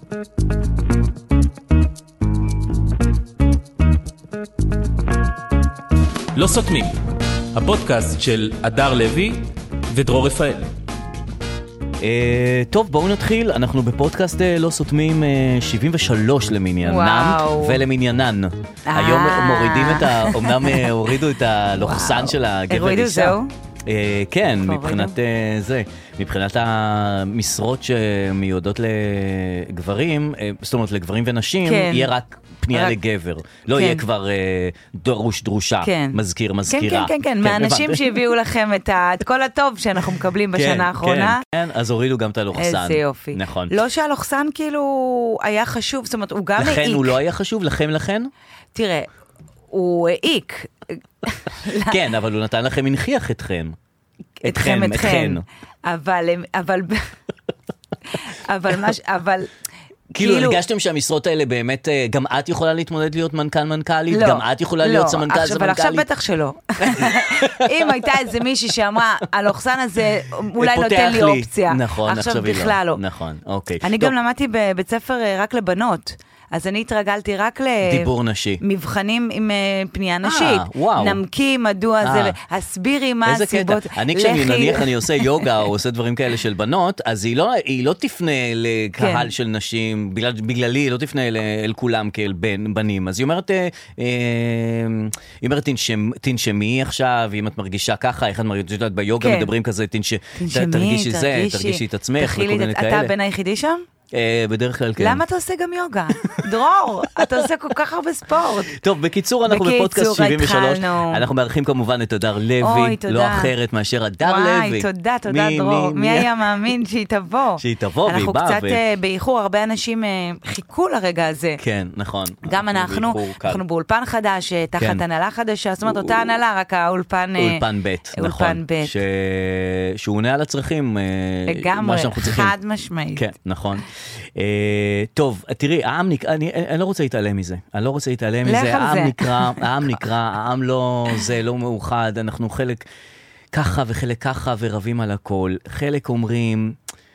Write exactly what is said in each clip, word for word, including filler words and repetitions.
לא סותמים, הפודקאסט של אדר לוי ודרור רפאל. טוב, בואו נתחיל. אנחנו בפודקאסט לא סותמים שבעים ושלוש למעניינם ולמעניינן. היום מורידים את ה... אמנם הורידו את הלוחסן של הגבר אישה. הורידו זהו? כן, מבחינת זה. מבחינת המשרות שמיועדות לגברים, זאת אומרת לגברים ונשים, יהיה רק פנייה לגבר. לא יהיה כבר דרוש דרושה, מזכיר, מזכירה. כן, כן, כן, מהאנשים שהביאו לכם את כל הטוב שאנחנו מקבלים בשנה האחרונה. כן, אז הורידו גם את הלוחסן. איזה יופי. נכון. לא שהלוחסן כאילו היה חשוב, זאת אומרת, הוא גם העיק. לכן הוא לא היה חשוב? לכם לכן? תראה, הוא העיק. כן, אבל הוא נתן לכם, הנחיח אתכם. אתכם, אתכם. אבל, אבל, אבל, אבל, כאילו, הרגשתם שהמשרות האלה באמת, גם את יכולה להתמודד להיות מנכ"ל מנכ"לית? גם את יכולה להיות סמנכ"ל סמנכ"לית? אבל עכשיו בטח שלא. אם הייתה איזה מישהי שאמרה, הלוחסן הזה אולי נותן לי אופציה. נכון, עכשיו בכלל לא. נכון, אוקיי. אני גם למדתי בבית ספר רק לבנות. אז אני התרגלתי רק לדיבור נשי. מבחנים עם פנייה נשית. נמקי, מדוע זה, הסבירי מה הסיבות. אני כשאני נניח, אני עושה יוגה או עושה דברים כאלה של בנות, אז היא לא, היא לא תפנה לקהל של נשים, בגללי היא לא תפנה אל כולם כאל בנים. אז היא אומרת, היא אומרת, תנשמי עכשיו, אם את מרגישה ככה, איך את מרגישה ביוגה, מדברים כזה, תרגישי זה, תרגישי את עצמך, וכל מיני כאלה. אתה הבן היחידי שם? בדרך כלל כן. למה אתה עושה גם יוגה? דרור, אתה עושה כל כך הרבה ספורט. טוב, בקיצור, אנחנו בפודקאסט שבעים ושלוש. אנחנו מארחים כמובן את אדר לוי, לא אחרת מאשר אדר לוי. וואי, תודה, תודה דרור. מי היה מאמין שהיא תבוא? שהיא תבוא והיא באה. אנחנו קצת באיחור, הרבה אנשים חיכו לרגע הזה. כן, נכון. גם אנחנו, אנחנו באולפן חדש, תחת הנהלה חדשה, זאת אומרת, אותה הנהלה, רק האולפן... אולפן ב', נכון. שהוא עונה על הצרכים. לגמרי, חד משמעית. כן, נכון. טוב, תראי, העם נקרא, אני לא רוצה להתעלם מזה, אני לא רוצה להתעלם מזה, העם נקרא, העם נקרא, העם לא, זה לא מאוחד, אנחנו חלק ככה וחלק ככה ורבים על הכל, חלק אומרים,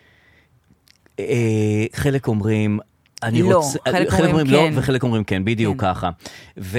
חלק אומרים, אני רוצה, חלק אומרים לא, וחלק אומרים כן, בדיוק ככה, ו...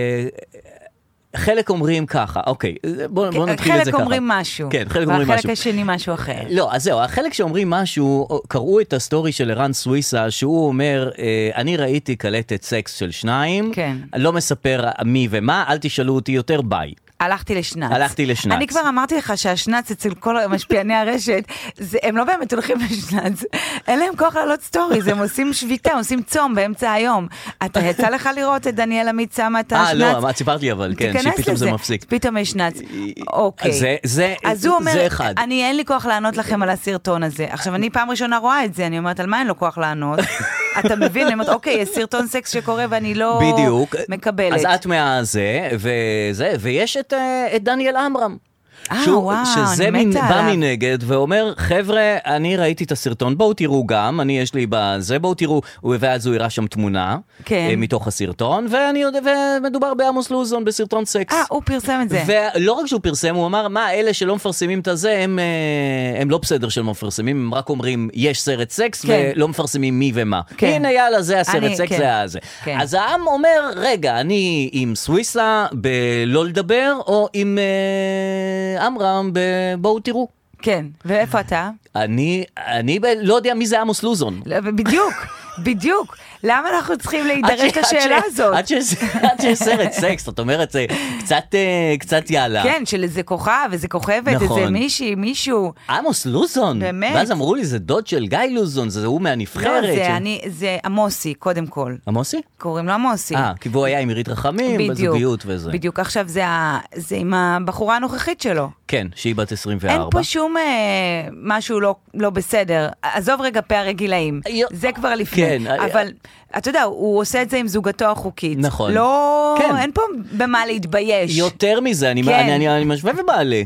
חלק אומרים ככה, אוקיי, בוא, בוא נתחיל את זה ככה. חלק אומרים משהו. כן, חלק אומרים משהו. והחלק השני משהו אחר. לא, אז זהו, החלק שאומרים משהו, קראו את הסטורי של ערן סוויסה, שהוא אומר, אני ראיתי קלטת סקס של שניים, כן. לא מספר מי ומה, אל תשאלו אותי יותר, ביי. הלכתי לשנץ. הלכתי לשנץ. אני כבר אמרתי לך שהשנץ אצל כל משפיעני הרשת, זה, הם לא באמת הולכים לשנץ. אין להם כוח לעלות סטוריז, הם עושים שביתה, הם עושים צום באמצע היום. אתה יצא לך לראות את דניאל עמית שמה את השנץ? אה, לא, מה סיפרת לי אבל, כן, שפתאום זה מפסיק. פתאום יש שנץ. אוקיי. זה, זה, אז הוא אומר, זה אחד. אני אין לי כוח לענות לכם על הסרטון הזה. עכשיו, אני פעם ראשונה רואה את זה, אני אומרת, על מה אין לו כוח לענות? אתה מבין? אני אומרת, אוקיי, יש סרטון סקס שקורה ואני לא מקבלת. אז את מהזה, וזה, ויש את, את דניאל אמרם. שהוא, וואו, שזה אני מתה בא עליו. מנגד ואומר, חבר'ה, אני ראיתי את הסרטון, בואו תראו גם, אני יש לי בזה, בואו תראו, ואז הוא הראה שם תמונה, כן. מתוך הסרטון, ואני יודע, ומדובר בעמוס לוזון בסרטון סקס. אה, הוא פרסם את זה. ולא רק שהוא פרסם, הוא אמר, מה, אלה שלא מפרסמים את הזה, הם, הם לא בסדר של מפרסמים, הם רק אומרים, יש סרט סקס, כן. ולא מפרסמים מי ומה. כן. הנה, יאללה, זה הסרט אני, סקס, כן. זה הזה. כן. אז העם אומר, רגע, אני עם סוויסה בלא לדבר, או עם אמרם בואו תראו. כן, ואיפה אתה? אני, אני ב- לא יודע מי זה עמוס לוזון. בדיוק, בדיוק. למה אנחנו צריכים להידרש לשאלה הזאת? עד שיש סרט סקס, זאת אומרת, זה קצת, קצת יאללה. כן, של איזה כוכב, איזה כוכבת, איזה מישהי, מישהו. עמוס לוזון. באמת. ואז אמרו לי, זה דוד של גיא לוזון, זה הוא מהנבחרת. לא, זה אני, זה עמוסי, קודם כל. עמוסי? קוראים לו עמוסי. אה, כי הוא היה עם עירית רחמים, בזוגיות וזה. בדיוק, עכשיו זה עם הבחורה הנוכחית שלו. כן, שהיא בת עשרים וארבע. אין פה שום משהו לא בסדר. עזוב רגע פערי גילאים. זה כבר לפני. כן. אבל אתה יודע, הוא עושה את זה עם זוגתו החוקית. נכון. לא, אין פה במה להתבייש. יותר מזה, אני משווה ובעלה.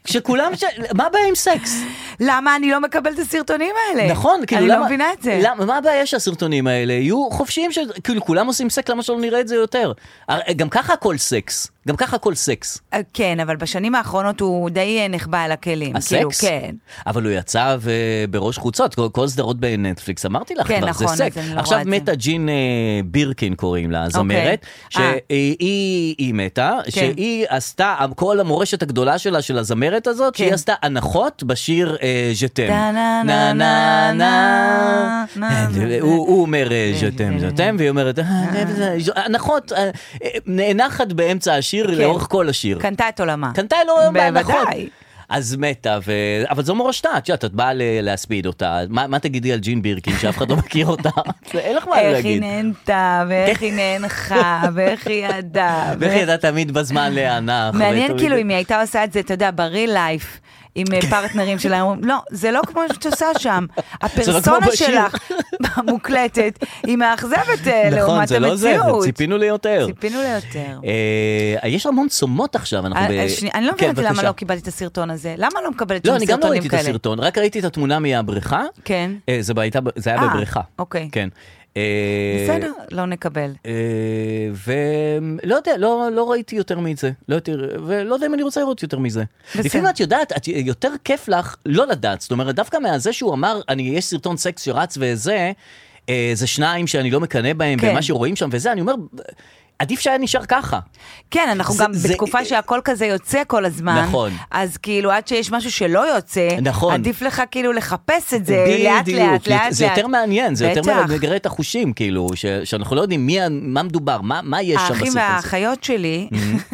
כשכולם, ש... מה הבעיה עם סקס? למה אני לא מקבל את הסרטונים האלה? נכון, כאילו, אני למה, לא מבינה את זה. למה, מה הבעיה שהסרטונים האלה יהיו חופשיים, ש... כאילו, כולם עושים סקס, למה שלא נראה את זה יותר? גם ככה הכל סקס, גם ככה הכל סקס. כן, אבל בשנים האחרונות הוא די נחבא על הכלים. הסקס? כאילו, כן. אבל הוא יצא בראש חוצות, כל, כל סדרות בנטפליקס, אמרתי לך כן, כבר, נכון, זה סקס. לא עכשיו מתה ג'ין בירקין קוראים לה, זמרת, שהיא היא מתה, כן. שהיא עשתה, כל המורשת הגדולה שלה, של הזמרת הזאת, כן. שהיא עשתה הנחות בשיר ז'תם. נה נה נה נה הוא אומר ז'תם, ז'תם, והיא אומרת, הנחות, נאנחת באמצע השיר לאורך כל השיר. קנתה את עולמה. קנתה לו בהנחות. אז מתה, ו... אבל זו מורשתה, את את באה להספיד אותה, מה, מה תגידי על ג'ין בירקין, שאף אחד לא מכיר אותה? אין לך מה להגיד. איך היא נהנתה, ואיך היא נהנחה, ואיך היא ידעה. ואיך היא ידעה תמיד בזמן להנח. מעניין כאילו אם היא הייתה עושה את זה, אתה יודע, בריל לייף, עם פרטנרים שלה, אומרים, לא, זה לא כמו שאת עושה שם. הפרסונה שלך מוקלטת, היא מאכזבת לעומת המציאות. נכון, זה לא זה, ציפינו ליותר. ציפינו ליותר. יש המון צומות עכשיו. אני לא מבינת למה לא קיבלתי את הסרטון הזה. למה לא מקבלת לא, שם אני גם לא סרטונים ראיתי את כאלה? הסרטון, רק ראיתי את התמונה מהבריכה. כן. זה היה בבריכה. אוקיי. כן. בסדר, לא נקבל. ולא יודע, לא ראיתי יותר מזה, ולא יודע אם אני רוצה לראות יותר מזה. לפעמים את יודעת, יותר כיף לך לא לדעת, זאת אומרת, דווקא מהזה שהוא אמר, יש סרטון סקס שרץ וזה, זה שניים שאני לא מקנה בהם, ומה שרואים שם וזה, אני אומר... עדיף שהיה נשאר ככה. כן, אנחנו גם בתקופה שהכל כזה יוצא כל הזמן. נכון. אז כאילו עד שיש משהו שלא יוצא, נכון. עדיף לך כאילו לחפש את זה לאט לאט לאט. זה יותר מעניין, זה יותר מגרה את החושים, כאילו, שאנחנו לא יודעים מה מדובר, מה יש שם בסרטון. האחים והאחיות שלי,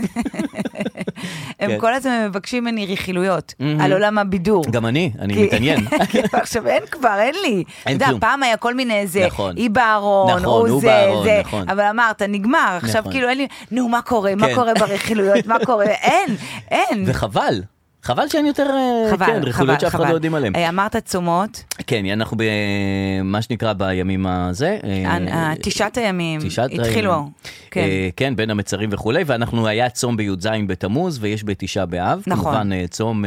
הם כל הזמן מבקשים ממני רכילויות, על עולם הבידור. גם אני, אני מתעניין. עכשיו אין כבר, אין לי. אתה יודע, פעם היה כל מיני איזה, אי בארון, נכון, הוא בארון, נכון. אבל אמרת, נגמר, עכשיו כאילו אין לי, נו, מה קורה? מה קורה ברכילויות? מה קורה? אין, אין. וחבל. חבל שאין יותר רכילויות שאף אחד לא יודעים עליהם. אמרת צומות. כן, אנחנו במה שנקרא בימים הזה. תשעת הימים. התחילו. כן, בין המצרים וכו', ואנחנו היה צום בי"ז בתמוז, ויש בתשעה באב. נכון. כמובן צום...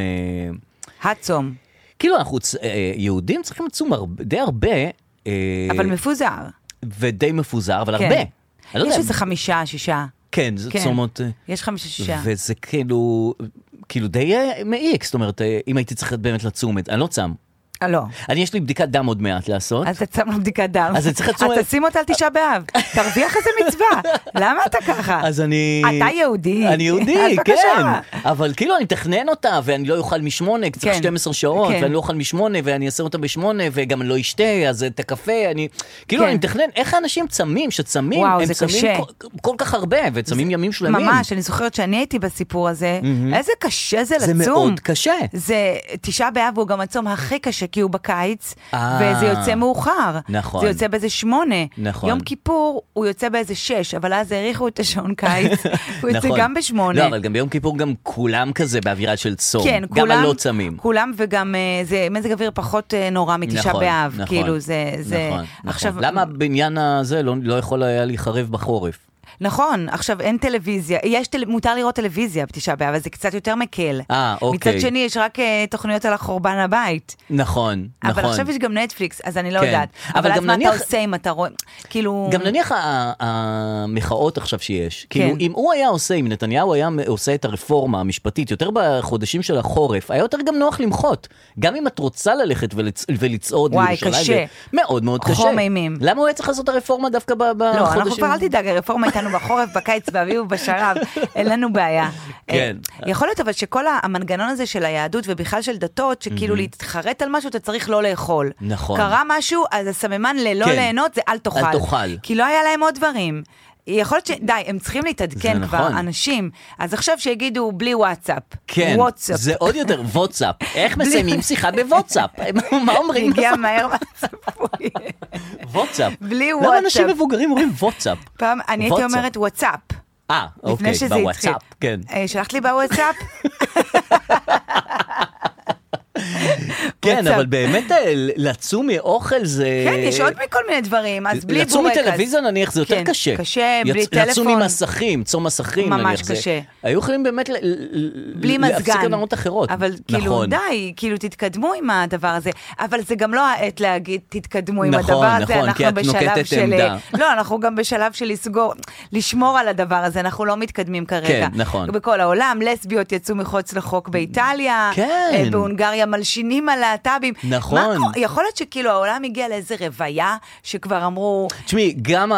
הצום. כאילו אנחנו יהודים צריכים לצום די הרבה. אבל מפוזר. ודי מפוזר, אבל הרבה. יש איזה חמישה, שישה. כן, זה צומות... יש חמישה, שישה. וזה כאילו... כאילו די מעיק, זאת אומרת, אם הייתי צריך באמת לצום, אני לא צם. לא. אני יש לי בדיקת דם עוד מעט לעשות. אז אתה צם לו בדיקת דם. אז אני צריך לצום... אז תשים אותה על תשעה באב. תרוויח איזה מצווה. למה אתה ככה? אז אני... אתה יהודי. אני יהודי, כן. אבל כאילו אני מתכנן אותה, ואני לא אוכל משמונה, צריך שתים עשרה שעות, ואני לא אוכל משמונה, ואני אעשה אותה בשמונה, וגם לא אשתה, אז את הקפה, אני... כאילו אני מתכנן, איך האנשים צמים, שצמים, הם צמים כל כך הרבה, וצמים ימים שלמים. ממש, אני זוכרת שאני הייתי בסיפור הזה, איזה קשה זה לצום. זה מאוד קשה. זה תשעה באב הוא גם הצום הכי קשה, כי הוא בקיץ, וזה יוצא מאוחר. נכון. זה יוצא באיזה שמונה. נכון. יום כיפור הוא יוצא באיזה שש, אבל אז העריכו את השעון קיץ, הוא יוצא גם בשמונה. לא, אבל גם ביום כיפור גם כולם כזה באווירה של צום. כן, גם הלא צמים. כולם, וגם זה מזג אוויר פחות נורא מתשעה באב. נכון, כאילו זה... נכון, נכון. למה הבניין הזה לא יכול היה להיחרב בחורף? נכון, עכשיו אין טלוויזיה, יש טל... מותר לראות טלוויזיה בתשעה באב, אבל זה קצת יותר מקל. אה, אוקיי. מצד שני, יש רק uh, תוכניות על החורבן הבית. נכון, אבל נכון. אבל עכשיו יש גם נטפליקס, אז אני לא כן. יודעת. אבל, אבל אז מה נניח... אתה עושה אם אתה רואה, כאילו... גם נניח המחאות עכשיו שיש, כאילו כן. אם הוא היה עושה, אם נתניהו היה עושה את הרפורמה המשפטית, יותר בחודשים של החורף, היה יותר גם נוח למחות. גם אם את רוצה ללכת ולצ... ולצעוד וואי, קשה. מאוד מאוד קשה. חום אימים. למה הוא היה צריך לעשות הרפורמה דווקא בחודשים? לא, אנחנו כבר אל תדאג, הרפורמה איתנו בחורף, בקיץ, באביב ובשרב, אין לנו בעיה. כן. יכול להיות אבל שכל המנגנון הזה של היהדות ובכלל של דתות, שכאילו להתחרט על משהו, אתה צריך לא לאכול. נכון. קרה משהו, אז הסממן ללא ליהנות זה אל תאכל. אל תאכל. כי לא היה להם עוד דברים. יכול להיות ש... די, הם צריכים להתעדכן כבר, אנשים. אז עכשיו שיגידו בלי וואטסאפ. כן, וואטסאפ. זה עוד יותר וואטסאפ. איך מסיימים שיחה בוואטסאפ? מה אומרים? הגיע מהר מהצפוי. וואטסאפ. בלי וואטסאפ. למה אנשים מבוגרים אומרים וואטסאפ? פעם, אני הייתי אומרת וואטסאפ. אה, אוקיי, בוואטסאפ, כן. שלחת לי בוואטסאפ? כן, אבל באמת לצוא מאוכל זה... כן, יש עוד מכל מיני דברים, אז בלי בורקס. לצוא מטלוויזיה נניח זה יותר קשה. קשה, בלי טלפון. לצוא ממסכים, צוא מסכים נניח. ממש קשה. היו יכולים באמת להפסיק עונות אחרות. אבל כאילו די, כאילו תתקדמו עם הדבר הזה. אבל זה גם לא העת להגיד, תתקדמו עם הדבר הזה. נכון, כי את נוקטת עמדה. לא, אנחנו גם בשלב של לסגור, לשמור על הדבר הזה, אנחנו לא מתקדמים כרגע. כן, נכון. בכל העולם, לסביות יצאו מחוץ לחוק באיטליה, כן. בהונגריה מלשינים על להט"בים. נכון. מה, יכול להיות שכאילו העולם הגיע לאיזה רוויה, שכבר אמרו... תשמעי, גם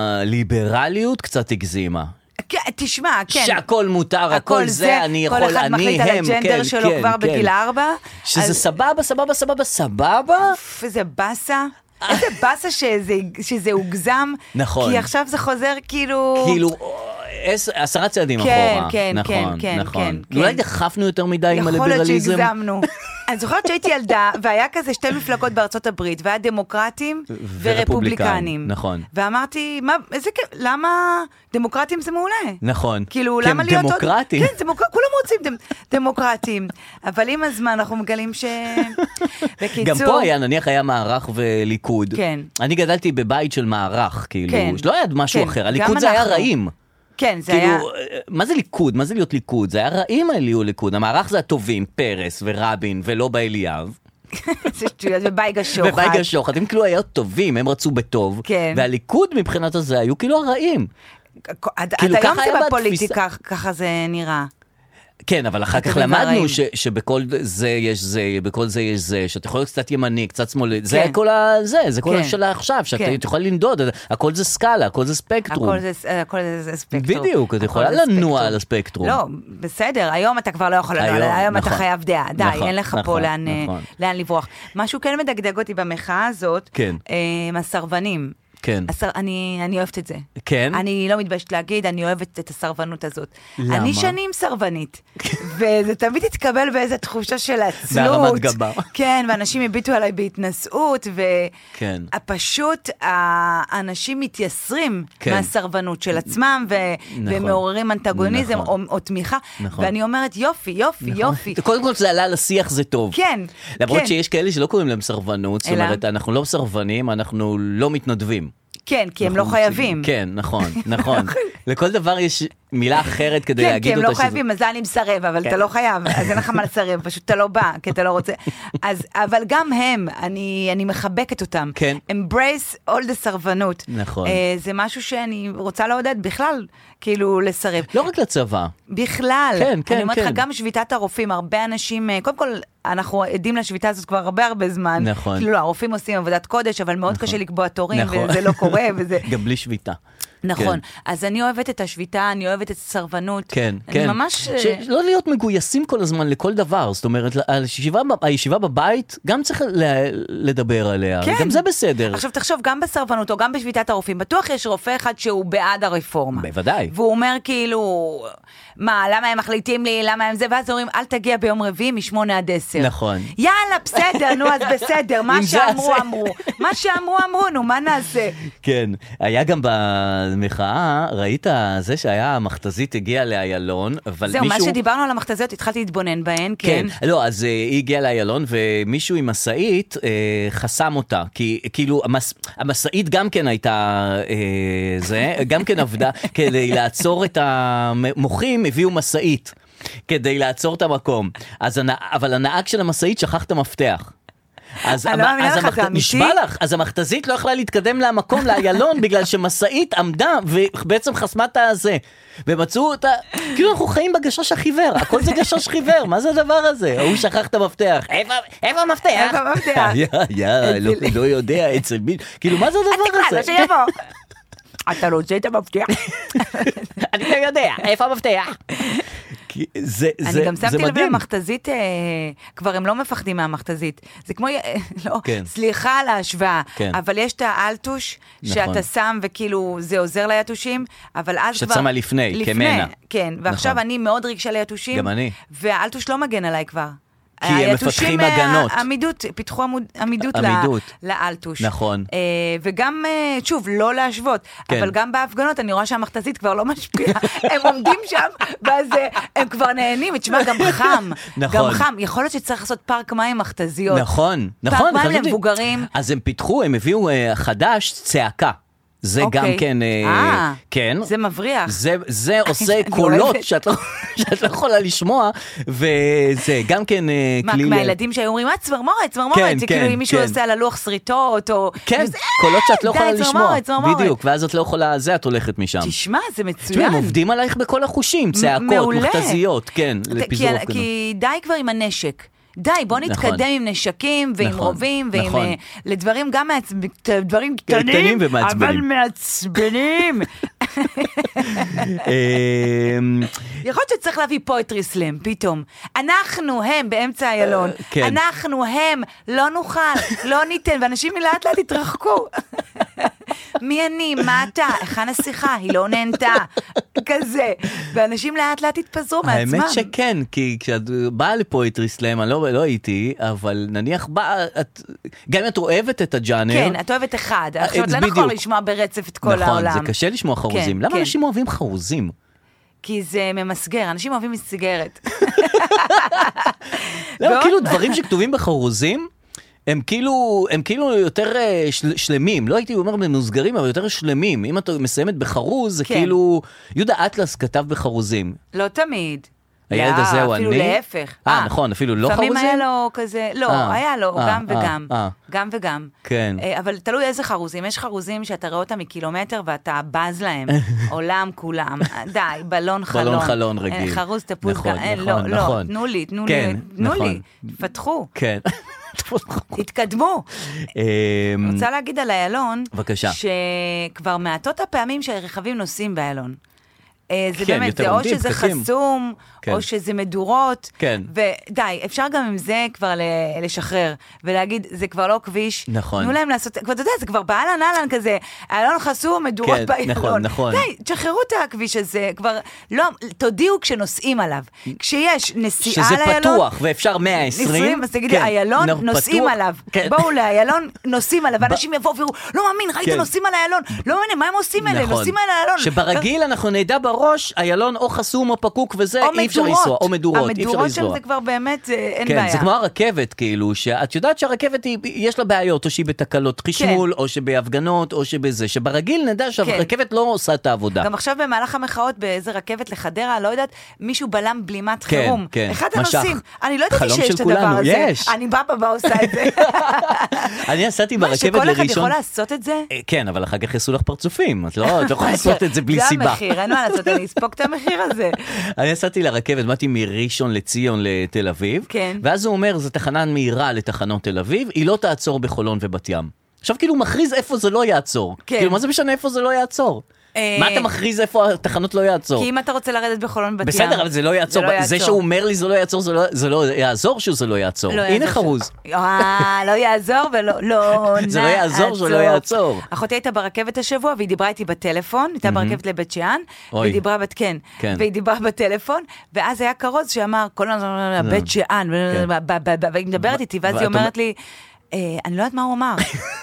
הליברליות קצת הגזימה. תשמע, כן. שהכל מותר, הכל זה, אני יכול, אני, הם, כן, כן. כל אחד מחליט על הג'נדר שלו כבר בגיל ארבע. שזה סבבה, סבבה, סבבה, סבבה. איזה בסה. איזה בסה שזה, שזה הוגזם. נכון. כי עכשיו זה חוזר כאילו... כאילו... עשרה צעדים כן, אחורה. כן, נכון, כן, כן, נכון. כן. אולי דחפנו יותר מדי עם הליברליזם. יכול להיות שהגזמנו. אני זוכרת שהייתי ילדה, והיה כזה שתי מפלגות בארצות הברית, והיה דמוקרטים ורפובליקנים. נכון. ואמרתי, מה, איזה, למה דמוקרטים זה מעולה? נכון. כאילו, למה להיות עוד... דמוקרטים. כן, כולם רוצים דמוקרטים. אבל עם הזמן אנחנו מגלים ש... בקיצור... גם פה היה, נניח היה מערך וליכוד. כן. אני גדלתי בבית של מערך, כאילו, שלא היה משהו אחר. הליכוד זה היה רעים. כן, זה כאילו, היה... מה זה ליכוד? מה זה להיות ליכוד? זה היה רעים היו ליכוד. המערך זה הטובים, פרס ורבין ולא באליאב. זה שטויות, ובייגה שוחד. ובייגה שוחד, הם כאילו היו טובים, הם רצו בטוב. כן. והליכוד מבחינת הזה היו כאילו הרעים. עד היום זה בפוליטיקה, ככה זה נראה. כן, אבל אחר כך למדנו שבכל זה יש זה, בכל זה יש זה, שאתה יכול להיות קצת ימני, קצת שמאלי, זה כל הזה, זה כל השאלה עכשיו, שאתה יכול לנדוד, הכל זה סקאלה, הכל זה ספקטרום. הכל זה ספקטרום. בדיוק, אתה יכולה לנוע על הספקטרום. לא, בסדר, היום אתה כבר לא יכול לנוע, היום אתה חייב דעה, די, אין לך פה לאן לברוח. משהו כן מדגדג אותי במחאה הזאת, הסרבנים. כן. הסר... אני, אני אוהבת את זה. כן? אני לא מתביישת להגיד, אני אוהבת את הסרבנות הזאת. למה? אני שנים סרבנית. וזה תמיד התקבל באיזו תחושה של עצלות. מהרמת גבה. כן, ואנשים הביטו עליי בהתנסות, ופשוט כן. האנשים מתייסרים כן. מהסרבנות של עצמם, ו... נכון. ומעוררים אנטגוניזם נכון. או, או תמיכה. נכון. ואני אומרת, יופי, יופי, נכון. יופי. קודם כל זה עלה לשיח, זה טוב. כן. למרות כן. שיש כאלה שלא קוראים להם סרבנות, זאת אומרת, אנחנו לא סרבנים, אנחנו לא מתנדבים. כן, כי הם לא חייבים. כן, נכון, נכון. לכל דבר יש מילה אחרת כדי להגיד אותה. כן, כי הם לא חייבים, אז אני מסרב, אבל אתה לא חייב, אז אין לך מה לסרב, פשוט אתה לא בא, כי אתה לא רוצה. אבל גם הם, אני מחבקת אותם. כן. Embrace all the סרבנות. נכון. זה משהו שאני רוצה לעודד בכלל, כאילו לסרב. לא רק לצבא. בכלל. כן, כן, אני אומרת לך, כן. גם שביתת הרופאים, הרבה אנשים, קודם כל, אנחנו עדים לשביתה הזאת כבר הרבה הרבה זמן. נכון. כאילו, הרופאים עושים עבודת קודש, אבל מאוד קשה לקבוע תורים, וזה לא קורה, וזה... גם בלי שביתה. נכון, אז אני אוהבת את השביתה, אני אוהבת את הסרבנות. כן, כן. ממש... לא להיות מגויסים כל הזמן לכל דבר, זאת אומרת, הישיבה בבית, גם צריך לדבר עליה, גם זה בסדר. עכשיו תחשוב, גם בסרבנות או גם בשביתת הרופאים, בטוח יש רופא אחד שהוא בעד הרפורמה. בוודאי. והוא אומר כאילו, מה, למה הם מחליטים לי, למה הם זה, ואז אומרים, אל תגיע ביום רביעי משמונה עד עשר. נכון. יאללה, בסדר, נו, אז בסדר, מה שאמרו, אמרו. מה שאמרו, אמרו, נו, מה נעשה? כן, היה גם במחאה, ראית זה שהיה המכתזית הגיעה לאיילון, אבל זהו, מישהו... מה שדיברנו על המכתזיות, התחלתי להתבונן בהן, כן. כן, לא, אז היא הגיעה לאיילון, ומישהו עם מסעית חסם אותה, כי כאילו, המסעית גם כן הייתה זה, גם כן עבדה, כדי לעצור את המוחים, הביאו מסעית, כדי לעצור את המקום. אז, אבל הנהג של המסעית שכח את המפתח. אז, אני לא מאמינה לך, זה אמיתי? נשבע לך, אז המכתזית לא יכלה להתקדם למקום, לאיילון, בגלל שמסעית עמדה ובעצם חסמה את הזה. ומצאו אותה, כאילו אנחנו חיים בגשש החיוור, הכל זה גשש חיוור, מה זה הדבר הזה? הוא שכח את המפתח. איפה המפתח? איפה המפתח? יא, יא, לא יודע, אצל מי, כאילו מה זה הדבר הזה? אתה תקרא, שיבוא. אתה רוצה את המפתח? אני לא יודע, איפה המפתח? זה, אני זה, גם זה שמתי לב מדהים. למכתזית, אה, כבר הם לא מפחדים מהמכתזית. זה כמו, אה, לא, כן. סליחה על ההשוואה, כן. אבל יש את האלטוש, נכון. שאתה שם וכאילו זה עוזר ליתושים, אבל אז כבר... שאת שמה לפני, לפני, כמנה. כן, ועכשיו נכון. אני מאוד רגשה ליתושים, גם אני. והאלטוש לא מגן עליי כבר. כי הם מפתחים הגנות. עמידות, פיתחו עמידות לאלטוש. נכון. וגם, שוב, לא להשוות, אבל גם בהפגנות, אני רואה שהמכתזית כבר לא משפיעה. הם עומדים שם, ואז הם כבר נהנים, ותשמע, גם חם. גם חם. יכול להיות שצריך לעשות פארק מים מכתזיות. נכון, נכון. פארק מים למבוגרים. אז הם פיתחו, הם הביאו חדש, צעקה. זה גם כן, כן. זה מבריח. זה עושה קולות שאת לא יכולה לשמוע, וזה גם כן כלי... מהילדים שהיו אומרים, צמרמורת, צמרמורת, כאילו אם מישהו עושה על הלוח שריטות, או... כן, קולות שאת לא יכולה לשמוע. בדיוק, ואז את לא יכולה, זה את הולכת משם. תשמע, זה מצוין. הם עובדים עלייך בכל החושים, צעקות, מכתזיות, כן, לפיזור הפגנות. כי די כבר עם הנשק. די, בוא נתקדם עם נשקים ועם רובים ועם לדברים גם דברים קטנים, אבל מעצבנים. יכול להיות שצריך להביא פואטרי סלאם, פתאום. אנחנו הם באמצע איילון. אנחנו הם, לא נוכל, לא ניתן, ואנשים לאט לאט התרחקו. מי אני, מה אתה, היכן השיחה, היא לא נהנתה, כזה. ואנשים לאט לאט התפזרו מעצמם. האמת שכן, כי כשאת באה לפואטרי סלאם, אני לא הייתי, אבל נניח באה, גם אם את אוהבת את הג'אנר. כן, את אוהבת אחד. עכשיו את לא יכול לשמוע ברצף את כל העולם. נכון, זה קשה לשמוע חרוזים. למה אנשים אוהבים חרוזים? כי זה ממסגר, אנשים אוהבים מסגרת. למה כאילו דברים שכתובים בחרוזים, הם כאילו, הם כאילו יותר של, שלמים, לא הייתי אומר ממוסגרים, אבל יותר שלמים. אם את מסיימת בחרוז, זה כן. כאילו, יהודה אטלס כתב בחרוזים. לא תמיד. הילד הזה הוא אני? אפילו להפך. אה, נכון, אפילו לא חרוזים? לפעמים היה לו כזה, לא, היה לו גם וגם. גם וגם. כן. אבל תלוי איזה חרוזים. יש חרוזים שאתה רואה אותם מקילומטר ואתה בז להם. עולם כולם. די, בלון חלון. בלון חלון רגיל. חרוז תפוז. נכון, נכון, נכון. תנו לי, תנו לי, תנו לי. פתחו. כן. תתקדמו. רוצה להגיד על איילון, שכבר מעטות הפעמים שהרכבים נוסעים באיילון. זה באמת, זה או שזה חסום, או שזה מדורות, ודי, אפשר גם עם זה כבר לשחרר, ולהגיד, זה כבר לא כביש, תנו להם לעשות, כבר אתה יודע, זה כבר באלן אלן כזה, איילון חסום, מדורות באיילון, די, תשחררו את הכביש הזה, כבר, לא, תודיעו כשנוסעים עליו, כשיש נסיעה לאיילון, שזה פתוח, ואפשר מאה ועשרים, אז תגידי, איילון נוסעים עליו, בואו לאיילון, נוסעים עליו, ואנשים יבואו ויראו, לא מאמין, ראית נוסעים על איילון, לא מאמין, מה הם עושים אלה, נוסעים על איילון, שברגיל אנחנו נדע בראש, איילון או חסום או פקוק וזה, אי אפשר לנסוע, או מדורות, אי אפשר לנסוע. המדורות שם זה כבר באמת, אין כן, בעיה. זה כמו הרכבת, כאילו, שאת יודעת שהרכבת היא, יש לה בעיות, או שהיא בתקלות חשמול, או שבהפגנות, או שבזה, שברגיל נדע שהרכבת לא עושה את העבודה. גם עכשיו במהלך המחאות, באיזה רכבת לחדרה, לא יודעת, מישהו בלם בלימת חירום. אחד הנושאים, אני לא יודעת שיש את הדבר הזה. אני באה בא עושה את זה. אני עשיתי ברכבת לראשון. מה, שכל אחד יכול לעשות את זה? כן, אבל אחר כך יעשו לך פרצופים. את לא יכולה לעשות את זה בלי סיבה. זה המחיר, אין מה לעשות, אני אספוק את המחיר הזה. אני עשיתי לרכבת, באתי מראשון לציון לתל אביב, ואז הוא אומר, זו תחנה מהירה לתחנות תל אביב, היא לא תעצור בחולון ובת ים. עכשיו כאילו הוא מכריז איפה זה לא יעצור. כאילו מה זה משנה איפה זה לא יעצור? מה אתה מכריז איפה התחנות לא יעצור? כי אם אתה רוצה לרדת בחולון בת ים... בסדר, אבל זה לא יעצור. זה שהוא אומר לי זה לא יעצור, זה לא יעזור שזה לא יעצור. הנה חרוז. אה, לא יעזור ולא נעצור. זה לא יעזור שלא יעצור. אחותי הייתה ברכבת השבוע והיא דיברה איתי בטלפון, הייתה ברכבת לבית שאן, והיא דיברה בת כן, והיא דיברה בטלפון, ואז היה כרוז שאמר, כל הזמן בית שאן, והיא מדברת איתי, ואז היא אומרת לי, אני לא יודעת מה הוא אמר.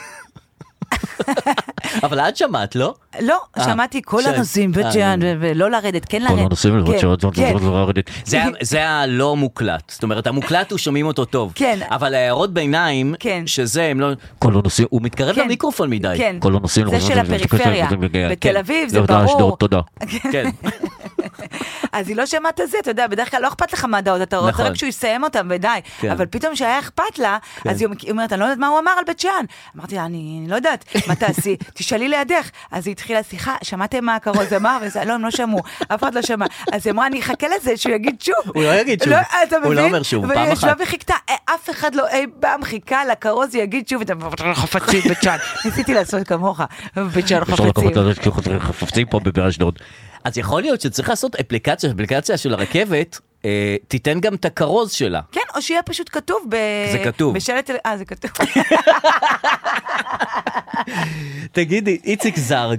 אבל את שמעת, לא? לא, שמעתי כל הנושאים בית שאן, ולא לרדת, כן לרדת. כל הנושאים בית שאן, ולא לרדת. זה הלא מוקלט, זאת אומרת, המוקלט הוא שומעים אותו טוב. כן. אבל הערות ביניים, שזה הם לא... כל הנושאים, הוא מתקרב למיקרופון מדי. כן, כל הנושאים... זה של הפריפריה. בתל אביב זה ברור. תודה. כן. אז היא לא שמעת את זה, אתה יודע, בדרך כלל לא אכפת לך מהדעות, אתה רוצה רק שהוא יסיים אותם, ודי. אבל פתאום שהיה אכפת לה, אז היא אומרת, אני לא יודעת מה הוא אמר על בית שאן. אמרתי לה, אני לא יודעת, מה תעשי? תשאלי לידך. אז היא התחילה שיחה, שמעתם מה הכרוז אמר? לא, הם לא שמעו, אף אחד לא שמע. אז היא אמרה, אני אחכה לזה, שהוא יגיד שוב. הוא לא יגיד שוב. הוא לא אומר שוב, פעם אחת. וחיכתה, אף אחד לא אי פעם חיכה לכרוז, יגיד שוב, אתם חפצים בית שאן. ניסיתי לעשות כמוך, בית שאן חפצים פה באשדוד. אז יכול להיות שצריך לעשות אפליקציה, אפליקציה של הרכבת, אה, תיתן גם את הכרוז שלה. כן, או שיהיה פשוט כתוב ב... זה כתוב. בשלט... אה, זה כתוב. תגידי, איציק זרגה,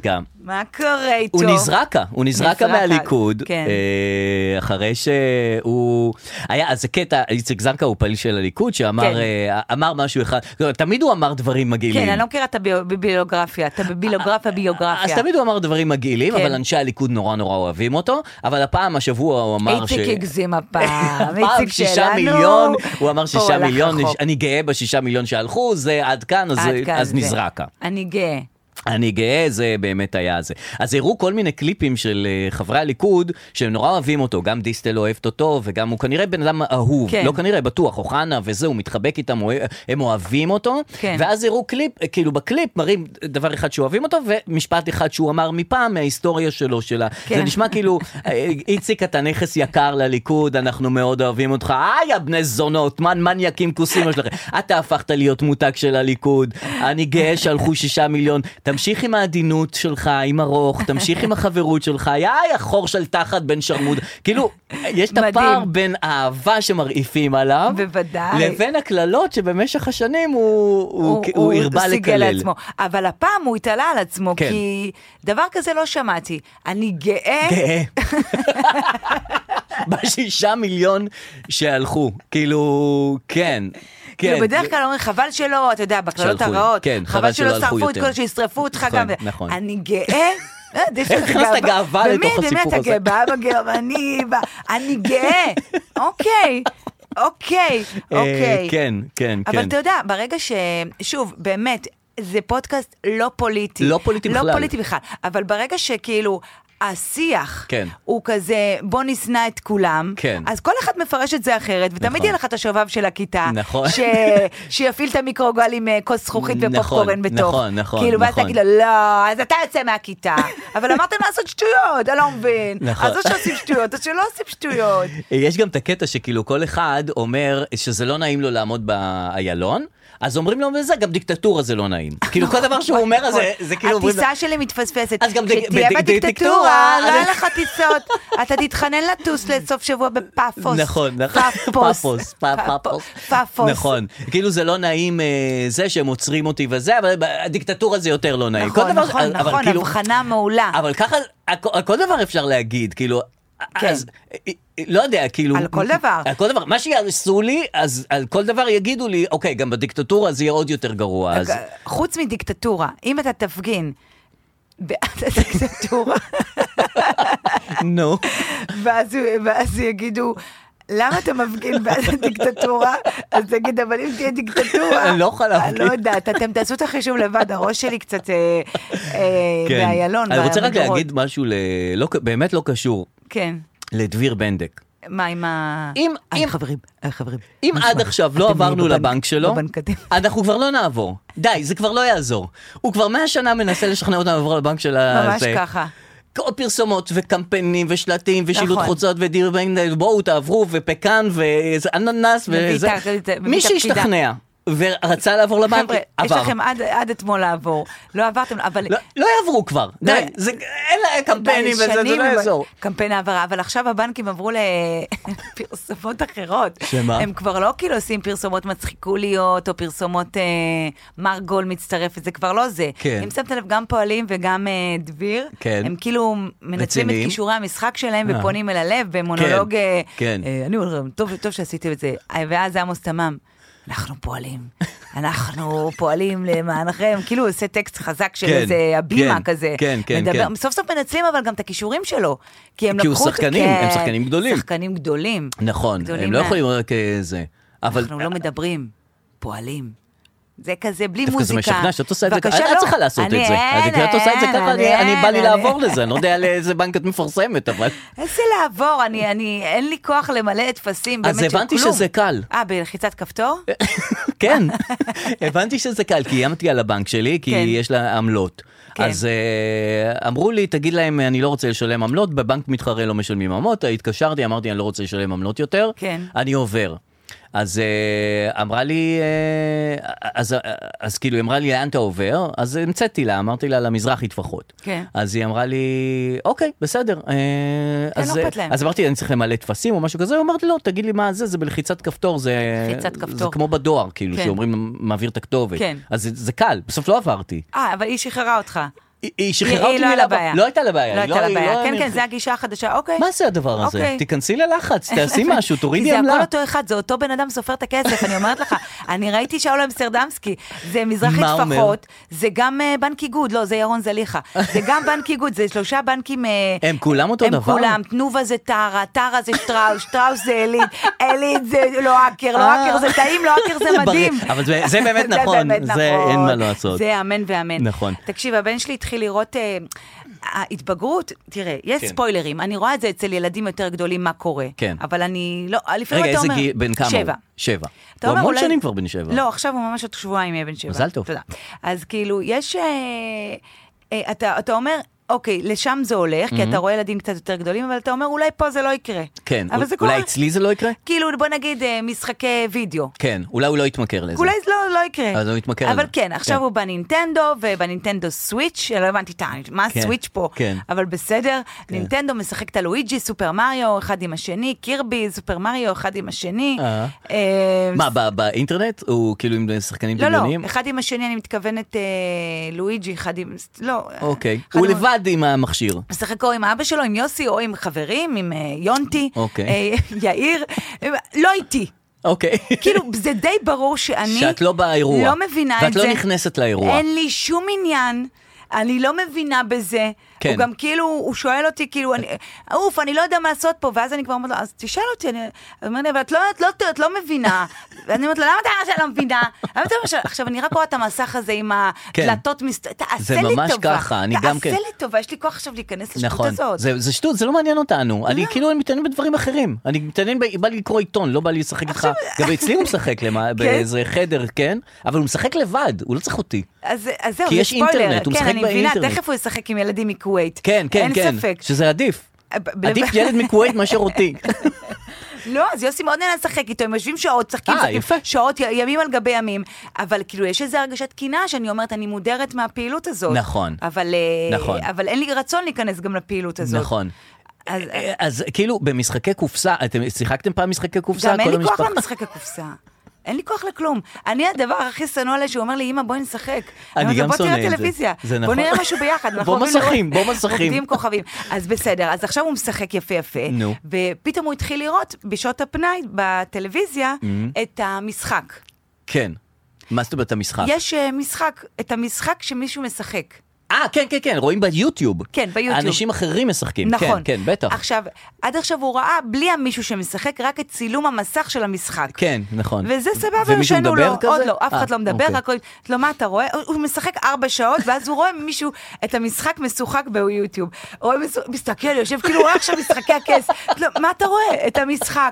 מה קורה איתו? הוא נזרקה, הוא נזרקה מהליכוד, כן. אחרי שהוא... היה, אז זה קטע, איציק זרקא הוא פעיל של הליכוד, שאמר אמר משהו אחד, תמיד הוא אמר דברים מגעילים. כן, אני לא מכירה את הביוגרפיה, אתה בביוגרפיה, ביוגרפיה. אז תמיד הוא אמר דברים מגעילים, אבל אנשי הליכוד נורא נורא אוהבים אותו, אבל הפעם, השבוע הוא אמר ש... איציק הגזים הפעם, איציק שישה שלנו. מיליון, הוא אמר שישה מיליון, אני גאה בשישה מיליון שהלכו, זה עד כאן, אז נזרקה. אני גאה. אני גאה, זה באמת היה זה. אז הראו כל מיני קליפים של uh, חברי הליכוד, שהם נורא אוהבים אותו, גם דיסטל אוהבת אותו, וגם הוא כנראה בן אדם אהוב, כן. לא כנראה, בטוח, אוחנה וזה, הוא מתחבק איתם, הם אוהבים אותו, כן. ואז הראו קליפ, כאילו בקליפ מראים דבר אחד שאוהבים אותו, ומשפט אחד שהוא אמר מפעם, מההיסטוריה שלו, שלה. כן. זה נשמע כאילו, איציק, אתה נכס יקר לליכוד, אנחנו מאוד אוהבים אותך, איי, הבני זונות, מן מניאקים כוסים שלכם, אתה הפכת להיות מותג של הליכוד, אני גאה שהלכו שישה מיליון, תמשיך עם העדינות שלך, עם הרוך, תמשיך עם החברות שלך, יאי, החור של תחת בין שרמוד. כאילו, יש את הפער בין האהבה שמרעיפים עליו, בוודאי. לבין הכללות שבמשך השנים הוא הרבה לקלל. אבל הפעם הוא התעלה על עצמו, כי דבר כזה לא שמעתי. אני גאה. גאה. בשישה מיליון שהלכו. כאילו, כן. כאילו בדרך כלל אומרים, חבל שלא, אתה יודע, בכללות הרעות, חבל שלא שרפו את כל שישרפו אותך גם. אני גאה. הכנסת גאווה לתוך הסיפור הזה. אני גאה. אוקיי. אוקיי. אוקיי. כן, כן, כן. אבל אתה יודע, ברגע ש... שוב, באמת, זה פודקאסט לא פוליטי. לא פוליטי בכלל. לא פוליטי בכלל. אבל ברגע שכאילו... השיח כן. הוא כזה, בוא נשנא את כולם, כן. אז כל אחד מפרש את זה אחרת, ותמיד נכון. יהיה לך את השובב של הכיתה, נכון. ש... שיפעיל את המיקרוגל עם כוס זכוכית ופופקורן בתוך. נכון, נכון, כאילו, נכון. ואז תגיד לו, לא, אז אתה יוצא מהכיתה, אבל אמרתם לעשות שטויות, אני לא מבין. נכון. אז או שעושים שטויות, אז שלא עושים שטויות. יש גם את הקטע שכאילו כל אחד אומר שזה לא נעים לו לעמוד באיילון, אז אומרים לו בזה, גם דיקטטורה זה לא נעים. כאילו כל דבר שהוא אומר, זה כאילו אומרים... הטיסה שלי מתפספסת. אז גם שתהיה בדיקטטורה, לא היה לך טיסות. אתה תתחנן לטוס לסוף שבוע בפאפוס. נכון, נכון. פאפוס. פאפוס. פאפוס. נכון. כאילו זה לא נעים זה שהם עוצרים אותי וזה, אבל הדיקטטורה זה יותר לא נעים. נכון, נכון, נכון, הבחנה מעולה. אבל ככה, על כל דבר אפשר להגיד, כאילו... אז לא יודע, כאילו... על כל דבר. על כל דבר. מה שיעשו לי, אז על כל דבר יגידו לי, אוקיי, גם בדיקטטורה זה יהיה עוד יותר גרוע. חוץ מדיקטטורה, אם אתה תפגין בעד הדיקטטורה, נו. ואז יגידו... למה אתה מפגין בעד הדיקטטורה? אז תגיד, אבל אם תהיה דיקטטורה... אני לא יכול להפגין. אני לא יודעת, אתם תעשו את החישוב לבד, הראש שלי קצת באיילון. אני רוצה רק להגיד משהו באמת לא קשור. כן. לדביר בנדק. מה עם ה... חברים, חברים. אם עד עכשיו לא עברנו לבנק שלו, אנחנו כבר לא נעבור. די, זה כבר לא יעזור. הוא כבר מאה שנה מנסה לשכנע אותנו לעבור לבנק של ה... ממש ככה. כל פרסומות וקמפיינים ושלטים ושילוט חוצות ודיר בנדק, בואו תעברו ופקן ואננס וזה. מי שהשתכנע ורצה לעבור לבנק, חבר'ה, יש לכם עד אתמול לעבור. לא עברתם, אבל... לא יעברו כבר. די, אין להם קמפיינים וזה, זה לא יעזור. קמפיין העברה, אבל עכשיו הבנקים עברו לפרסומות אחרות. שמה? הם כבר לא כאילו עושים פרסומות מצחיקוליות, או פרסומות מר גול מצטרפת, זה כבר לא זה. אם שמת לב, גם פועלים וגם דביר, הם כאילו מנצלים את כישורי המשחק שלהם ופונים אל הלב, במונולוג... אני אומר, טוב שעשיתם את זה. ואז עמוס תמם. אנחנו פועלים, אנחנו פועלים למענכם, כאילו הוא עושה טקסט חזק של איזה הבימה כזה, סוף סוף מנצלים אבל גם את הכישורים שלו, כי הם לקחו, הם שחקנים גדולים, שחקנים גדולים, נכון, הם לא יכולים רק זה, אנחנו לא מדברים, פועלים. זה כזה בלי מוזיקה. דווקא זה משכנע שאת עושה את זה ככה, את צריכה לעשות את זה. את עושה את זה ככה, אני בא לי לעבור לזה, אני לא יודע לאיזה בנק את מפרסמת, אבל... איזה לעבור, אין לי כוח למלא תפסים, באמת שכלום. אז הבנתי שזה קל. אה, בלחיצת כפתור? כן, הבנתי שזה קל, כי איימתי על הבנק שלי, כי יש לה עמלות. אז אמרו לי, תגיד להם, אני לא רוצה לשלם עמלות, בבנק מתחרה לא משלמים עמלות, התקשרתי, אמרתי, אני לא רוצה לשלם עמלות יותר, אני עובר. אז אמרה לי, אז, אז כאילו, אמרה לי, לאן אתה עובר? אז המצאתי לה, אמרתי לה, למזרחית לפחות. כן. אז היא אמרה לי, אוקיי, בסדר. אז, אז אמרתי, אני צריך למלא תפסים או משהו כזה, אמרתי, לא, תגיד לי מה זה, זה בלחיצת כפתור, זה, זה כמו בדואר, כאילו, כן. שאומרים, מעביר את הכתובת. כן. אז זה, זה קל, בסוף לא עברתי. אה, אבל היא שחררה אותך. היא שחררה אותי מלבעיה. לא הייתה לבעיה. לא הייתה לבעיה. כן, כן, זה הגישה החדשה, אוקיי. מה זה הדבר הזה? תיכנסי ללחץ, תעשי משהו, תורידי עמלה. כי זה הכל אותו אחד, זה אותו בן אדם סופר את הכסף, אני אומרת לך. אני ראיתי שאול אמסטרדמסקי, זה מזרחי טפחות, זה גם בנק איגוד, לא, זה ירון זליחה. זה גם בנק איגוד, זה שלושה בנקים... הם כולם אותו דבר? הם כולם, תנובה זה טרה, טרה זה שטראוס, שטראוס זה אליט, אליט זה לא אקר, לא אקר זה טעים, לא אקר זה מדהים. אבל זה באמת נכון, זה אין מה לעשות. זה אמן ואמן. נכון. תקשיב, הבן שלי התחיל לראות ההתבגרות, תראה, יש ספוילרים, אני רואה את זה אצל ילדים יותר גדולים מה קורה, אבל אני לא, לפעמים אתה אומר, רגע, איזה בן כמה? שבע. שבע. הוא המון שנים כבר בן שבע. לא, עכשיו הוא ממש עוד שבועיים יהיה בן שבע. מזל טוב. תודה. אז כאילו, יש, אתה אומר, אוקיי, לשם זה הולך, כי אתה רואה ילדים קצת יותר גדולים, אבל אתה אומר, אולי פה זה לא יקרה. כן, אולי אצלי זה לא יקרה? כאילו, בוא נגיד, משחקי וידאו. כן, אולי הוא לא יתמכר לזה. אולי זה לא יקרה. אז הוא יתמכר לזה. אבל כן, עכשיו הוא בנינטנדו, ובנינטנדו סוויץ', לא הבנתי, מה הסוויץ' פה? אבל בסדר, נינטנדו משחק את הלואיג'י, סופר מריו, אחד עם השני, קירבי, סופר מריו, אחד עם השני. מה, באינטרנט? הוא כאילו עם שחקנים דמיוניים? לא, לא, אחד עם השני, אני מתכוונת לואיג'י, אחד עם... לא. אוקיי. הוא לבד עם המכשיר. משחק או עם אבא שלו, עם יוסי, או עם חברים, עם יונטי, יאיר, לא איתי. אוקיי. כאילו, זה די ברור שאני... שאת לא באירוע. לא מבינה את זה. ואת לא נכנסת לאירוע. אין לי שום עניין. אני לא מבינה בזה. כן. הוא גם כאילו, הוא שואל אותי, כאילו, אני, אוף, אני לא יודע מה לעשות פה, ואז אני כבר אומרת לו, אז תשאל אותי, אני אומר לי, אבל את לא, את לא, את לא מבינה. ואני אומרת לו, למה אתה אומר שאני לא מבינה? עכשיו, אני רק רואה את המסך הזה עם הדלתות, תעשה לי טובה. זה ממש ככה, אני גם כן. תעשה לי טובה, יש לי כוח עכשיו להיכנס לשטות הזאת. זה שטות, זה לא מעניין אותנו. אני כאילו, אני מתעניין בדברים אחרים. אני מתעניין, בא לי לקרוא עיתון, לא בא לי לשחק איתך. גם אצלי הוא משחק באיזה חדר, כן? אבל הוא משחק לבד, הוא לא צריך אותי. אז זהו, זה ספוילר. כן, אני מבינה, תכף הוא ישחק עם ילדים מכווית. כן, כן, כן. שזה עדיף. עדיף ילד מכווית מאשר אותי. לא, אז יוסי מאוד נהנה לשחק איתו, הם יושבים שעות, שחקים שעות, ימים על גבי ימים, אבל כאילו יש איזו הרגשת קינה שאני אומרת, אני מודרת מהפעילות הזאת. נכון. אבל אין לי רצון להיכנס גם לפעילות הזאת. נכון. אז כאילו במשחקי קופסה, אתם שיחקתם פעם משחקי קופסה? גם אין לי כוח למשחקי קופסה. אין לי כוח לכלום. אני הדבר הכי שנוא עליי שהוא אומר לי, אמא, בואי נשחק. אני גם שונא את זה. בוא תראה טלוויזיה. בוא נראה משהו ביחד. בוא מסכים, בוא מסכים. עובדים כוכבים. אז בסדר, אז עכשיו הוא משחק יפה יפה, ופתאום הוא התחיל לראות בשעות הפנאי בטלוויזיה את המשחק. כן. מה זאת אומרת המשחק? יש משחק, את המשחק שמישהו משחק. אה, כן, כן, כן, רואים ביוטיוב. כן, ביוטיוב. אנשים אחרים משחקים. נכון. כן, כן, בטח. עכשיו, עד עכשיו הוא ראה בלי מישהו שמשחק, רק את צילום המסך של המשחק. כן, נכון. וזה סבבה, ומישהו מדבר כזה? עוד לא, אף אחד לא מדבר, רק רואים, לא, מה אתה רואה? הוא משחק ארבע שעות, ואז הוא רואה מישהו את המשחק משוחק ביוטיוב. רואה, מסתכל, יושב, כאילו, רואה עכשיו משחקי הכס. מה אתה רואה? את המשחק.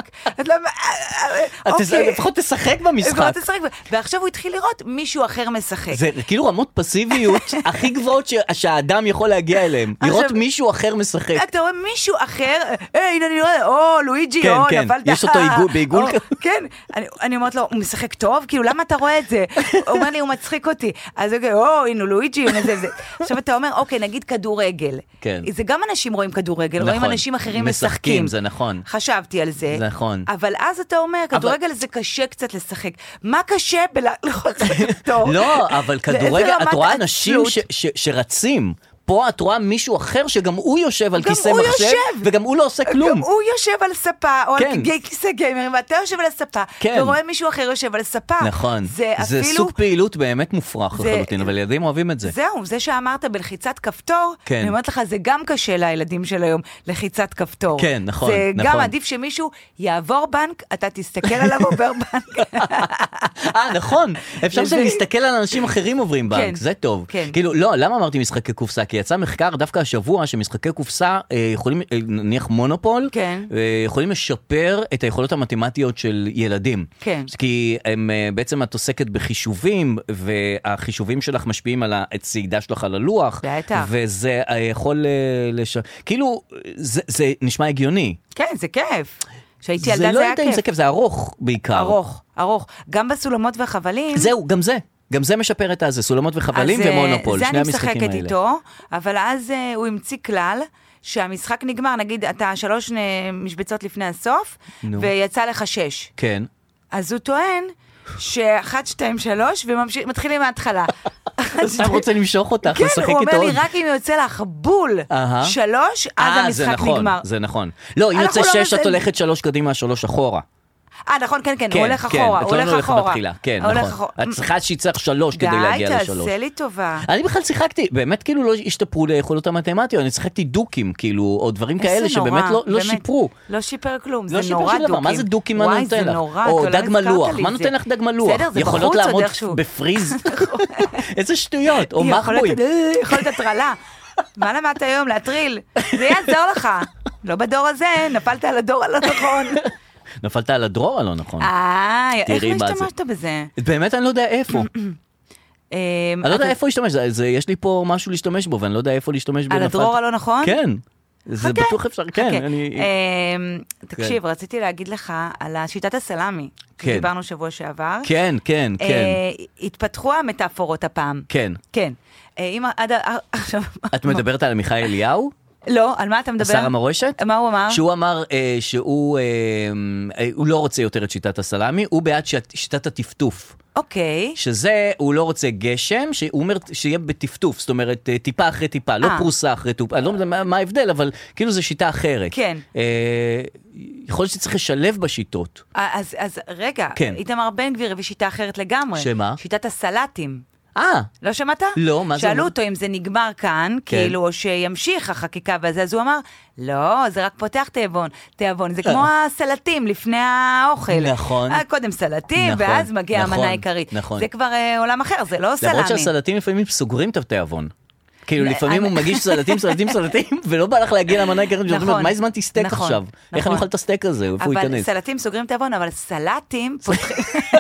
לפחות תשחק במשחק. ועכשיו הוא התחיל לראות מישהו אחר משחק. זה כאילו רמות פסיביות הכי גבוהות שהאדם יכול להגיע אליהם. לראות מישהו אחר משחק. אתה רואה מישהו אחר, הנה אני רואה, או, לואיג'י, או, נפלת. יש אותו בעיגול. כן, אני אומרת לו, הוא משחק טוב? כאילו, למה אתה רואה את זה? הוא אומר לי, הוא מצחיק אותי. אז הוא אומר, או, הנה לואיג'י, הנה זה, זה. עכשיו אתה אומר, אוקיי, נגיד כדורגל. זה גם אנשים רואים כדורגל, רואים אנשים אחרים משחקים. זה נכון. חשבתי על זה. נכון. אבל אז אתה אומר, כדורגל זה קשה קצת לשחק. מה קשה בלחצק טוב? לא, אבל כדורגל, את רואה אנשים שרצים. פה את רואה מישהו אחר שגם הוא יושב על כיסא מחשב, וגם הוא לא עושה כלום. גם הוא יושב על ספה, או על כיסא גיימרים, ואתה יושב על הספה, ורואה מישהו אחר יושב על ספה. נכון, זה סוג פעילות באמת מופרך לחלוטין, אבל ילדים אוהבים את זה. זהו, זה שאמרת בלחיצת כפתור, אני אומרת לך, זה גם קשה לילדים של היום, לחיצת כפתור. כן, נכון. זה גם עדיף שמישהו יעבור בנק, אתה תסתכל עליו עובר בנק. אה, נכון. אפשר להסתכל על אנשים אחרים עוברים בנק, זה טוב. כאילו, לא, למה אמרתי משחקי קופסה? כי יצא מחקר דווקא השבוע שמשחקי קופסה יכולים, נניח מונופול, יכולים לשפר את היכולות המתמטיות של ילדים. כן. כי הם, בעצם את עוסקת בחישובים, והחישובים שלך משפיעים על הצעידה שלך על הלוח. בטח. וזה יכול לש... כאילו, זה, זה נשמע הגיוני. כן, זה כיף. שהייתי ילדה זה היה כיף. זה לא יודע אם זה כיף, זה ארוך בעיקר. ארוך, ארוך. גם בסולמות והחבלים. זהו, גם זה. גם זה משפר את הזה, סולמות וחבלים ומונופול, שני המשחקים האלה. זה אני משחקת איתו, אבל אז uh, הוא המציא כלל, שהמשחק נגמר, נגיד, אתה שלוש משבצות לפני הסוף, נו. ויצא לך שש. כן. אז הוא טוען שאחת, שתיים, שלוש, ומתחילים מההתחלה. אז אתה רוצה למשוך אותך, כן, לשחק הוא איתו אומר עוד. לי, רק אם יוצא לך בול שלוש, אז המשחק נגמר. זה נכון. לא, אם יוצא שש, את הולכת שלוש קדימה, שלוש אחורה. אה, נכון, כן, כן, הוא הולך אחורה, הוא הולך אחורה. כן, נכון. את צריכה שיצטרך שלוש כדי להגיע לשלוש. די, תעשה לי טובה. אני בכלל שיחקתי, באמת כאילו לא השתפרו ליכולות המתמטיות, אני שיחקתי דוקים, כאילו, או דברים כאלה שבאמת לא שיפרו. לא שיפר כלום, לא זה נורא שיפר דוקים. מה זה דוקים מה נותן לך? נורא, או דג מלוח, מה נותן לך דג מלוח? בסדר, זה יכולות בחוץ לעמוד עוד איכשהו. בפריז? איזה שטויות, או מחבוי. יכולת הטרלה. מה למדת היום? להטריל. זה יעזור לך. לא בדור הזה, נפלת על הדור הלא נכון. נפלת על הדרור הלא נכון. אה, איך השתמשת בזה? באמת אני לא יודע איפה. אני לא יודע איפה להשתמש, יש לי פה משהו להשתמש בו, ואני לא יודע איפה להשתמש בו. על הדרור הלא נכון? כן. זה בטוח אפשר, כן. תקשיב, רציתי להגיד לך על שיטת הסלאמי, שדיברנו שבוע שעבר. כן, כן, כן. התפתחו המטאפורות הפעם. כן. כן. את מדברת על עמיחי אליהו? לא, על מה אתה מדבר? שר המורשת? מה הוא אמר? שהוא אמר אה, שהוא אה, הוא לא רוצה יותר את שיטת הסלאמי, הוא בעד שיטת הטפטוף. אוקיי. שזה, הוא לא רוצה גשם, שהוא אומר שיהיה בטפטוף, זאת אומרת, טיפה אחרי טיפה, לא פרוסה אחרי טיפה, אני לא יודע מה, מה ההבדל, אבל כאילו זו שיטה אחרת. כן. אה, יכול להיות שצריך לשלב בשיטות. אז, אז רגע, כן. איתמר בן גביר הביא שיטה אחרת לגמרי. שמה? שיטת הסלטים. אה. לא שמעת? לא, מה זה? שאלו אותו אם זה נגמר כאן, כן. כאילו, או שימשיך החקיקה וזה, אז הוא אמר, לא, זה רק פותח תיאבון, תיאבון, זה כמו הסלטים לפני האוכל. נכון. קודם סלטים, נכון, ואז מגיע נכון, המנה העיקרית. נכון. זה כבר אה, עולם אחר, זה לא סלמי. למרות שהסלטים לפעמים סוגרים את התיאבון. כאילו לפעמים הוא מגיש סלטים, סלטים, סלטים, ולא בא לך להגיע למנה העיקרית, נכון. מה הזמנתי סטייק נכון, עכשיו? נכון. איך אני אוכל את הסטייק הזה? איפה הוא ייכנס? אבל סלטים סוגרים תיאבון, אבל סלטים פותחים...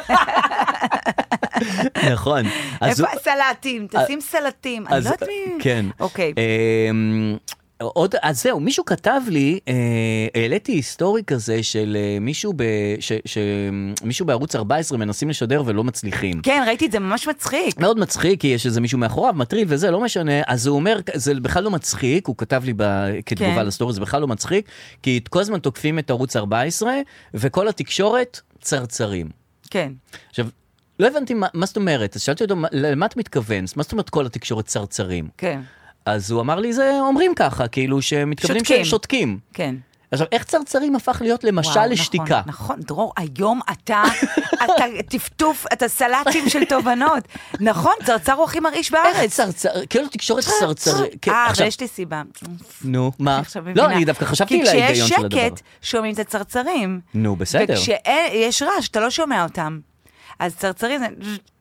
נכון. איפה הסלטים? תשים סלטים. אני לא יודעת מי... כן. אוקיי. עוד, אז זהו, מישהו כתב לי, העליתי היסטורי כזה של מישהו ב, ש, ש, מישהו בערוץ ארבע עשרה מנסים לשדר ולא מצליחים. כן, ראיתי את זה ממש מצחיק. מאוד מצחיק, כי יש איזה מישהו מאחוריו, מטריל וזה, לא משנה, אז הוא אומר, זה בכלל לא מצחיק, הוא כתב לי כתגובה כן. לסטורי, זה בכלל לא מצחיק, כי כל הזמן תוקפים את ערוץ ארבע עשרה, וכל התקשורת צרצרים. כן. עכשיו, לא הבנתי מה, מה זאת אומרת, אז שאלתי אותו, למה את מתכוון? מה זאת אומרת כל התקשורת צרצרים? כן. אז הוא אמר לי, זה אומרים ככה, כאילו שמתכוונים ששותקים. כן. עכשיו, איך צרצרים הפך להיות למשל וואו, לשתיקה? נכון, נכון, דרור, היום אתה, אתה טפטוף, אתה סלטים של תובנות. נכון, צרצר הוא הכי מרעיש בארץ. איך צרצר, כאילו תקשורת צרצר. אה, ויש לי סיבה. נו, מה? לא, אני דווקא חשבתי להיגיון של הדבר. כי כשיש שקט, שומעים את הצרצרים. נו, בסדר. וכשיש רעש, אתה לא שומע אותם. אז צרצרים זה...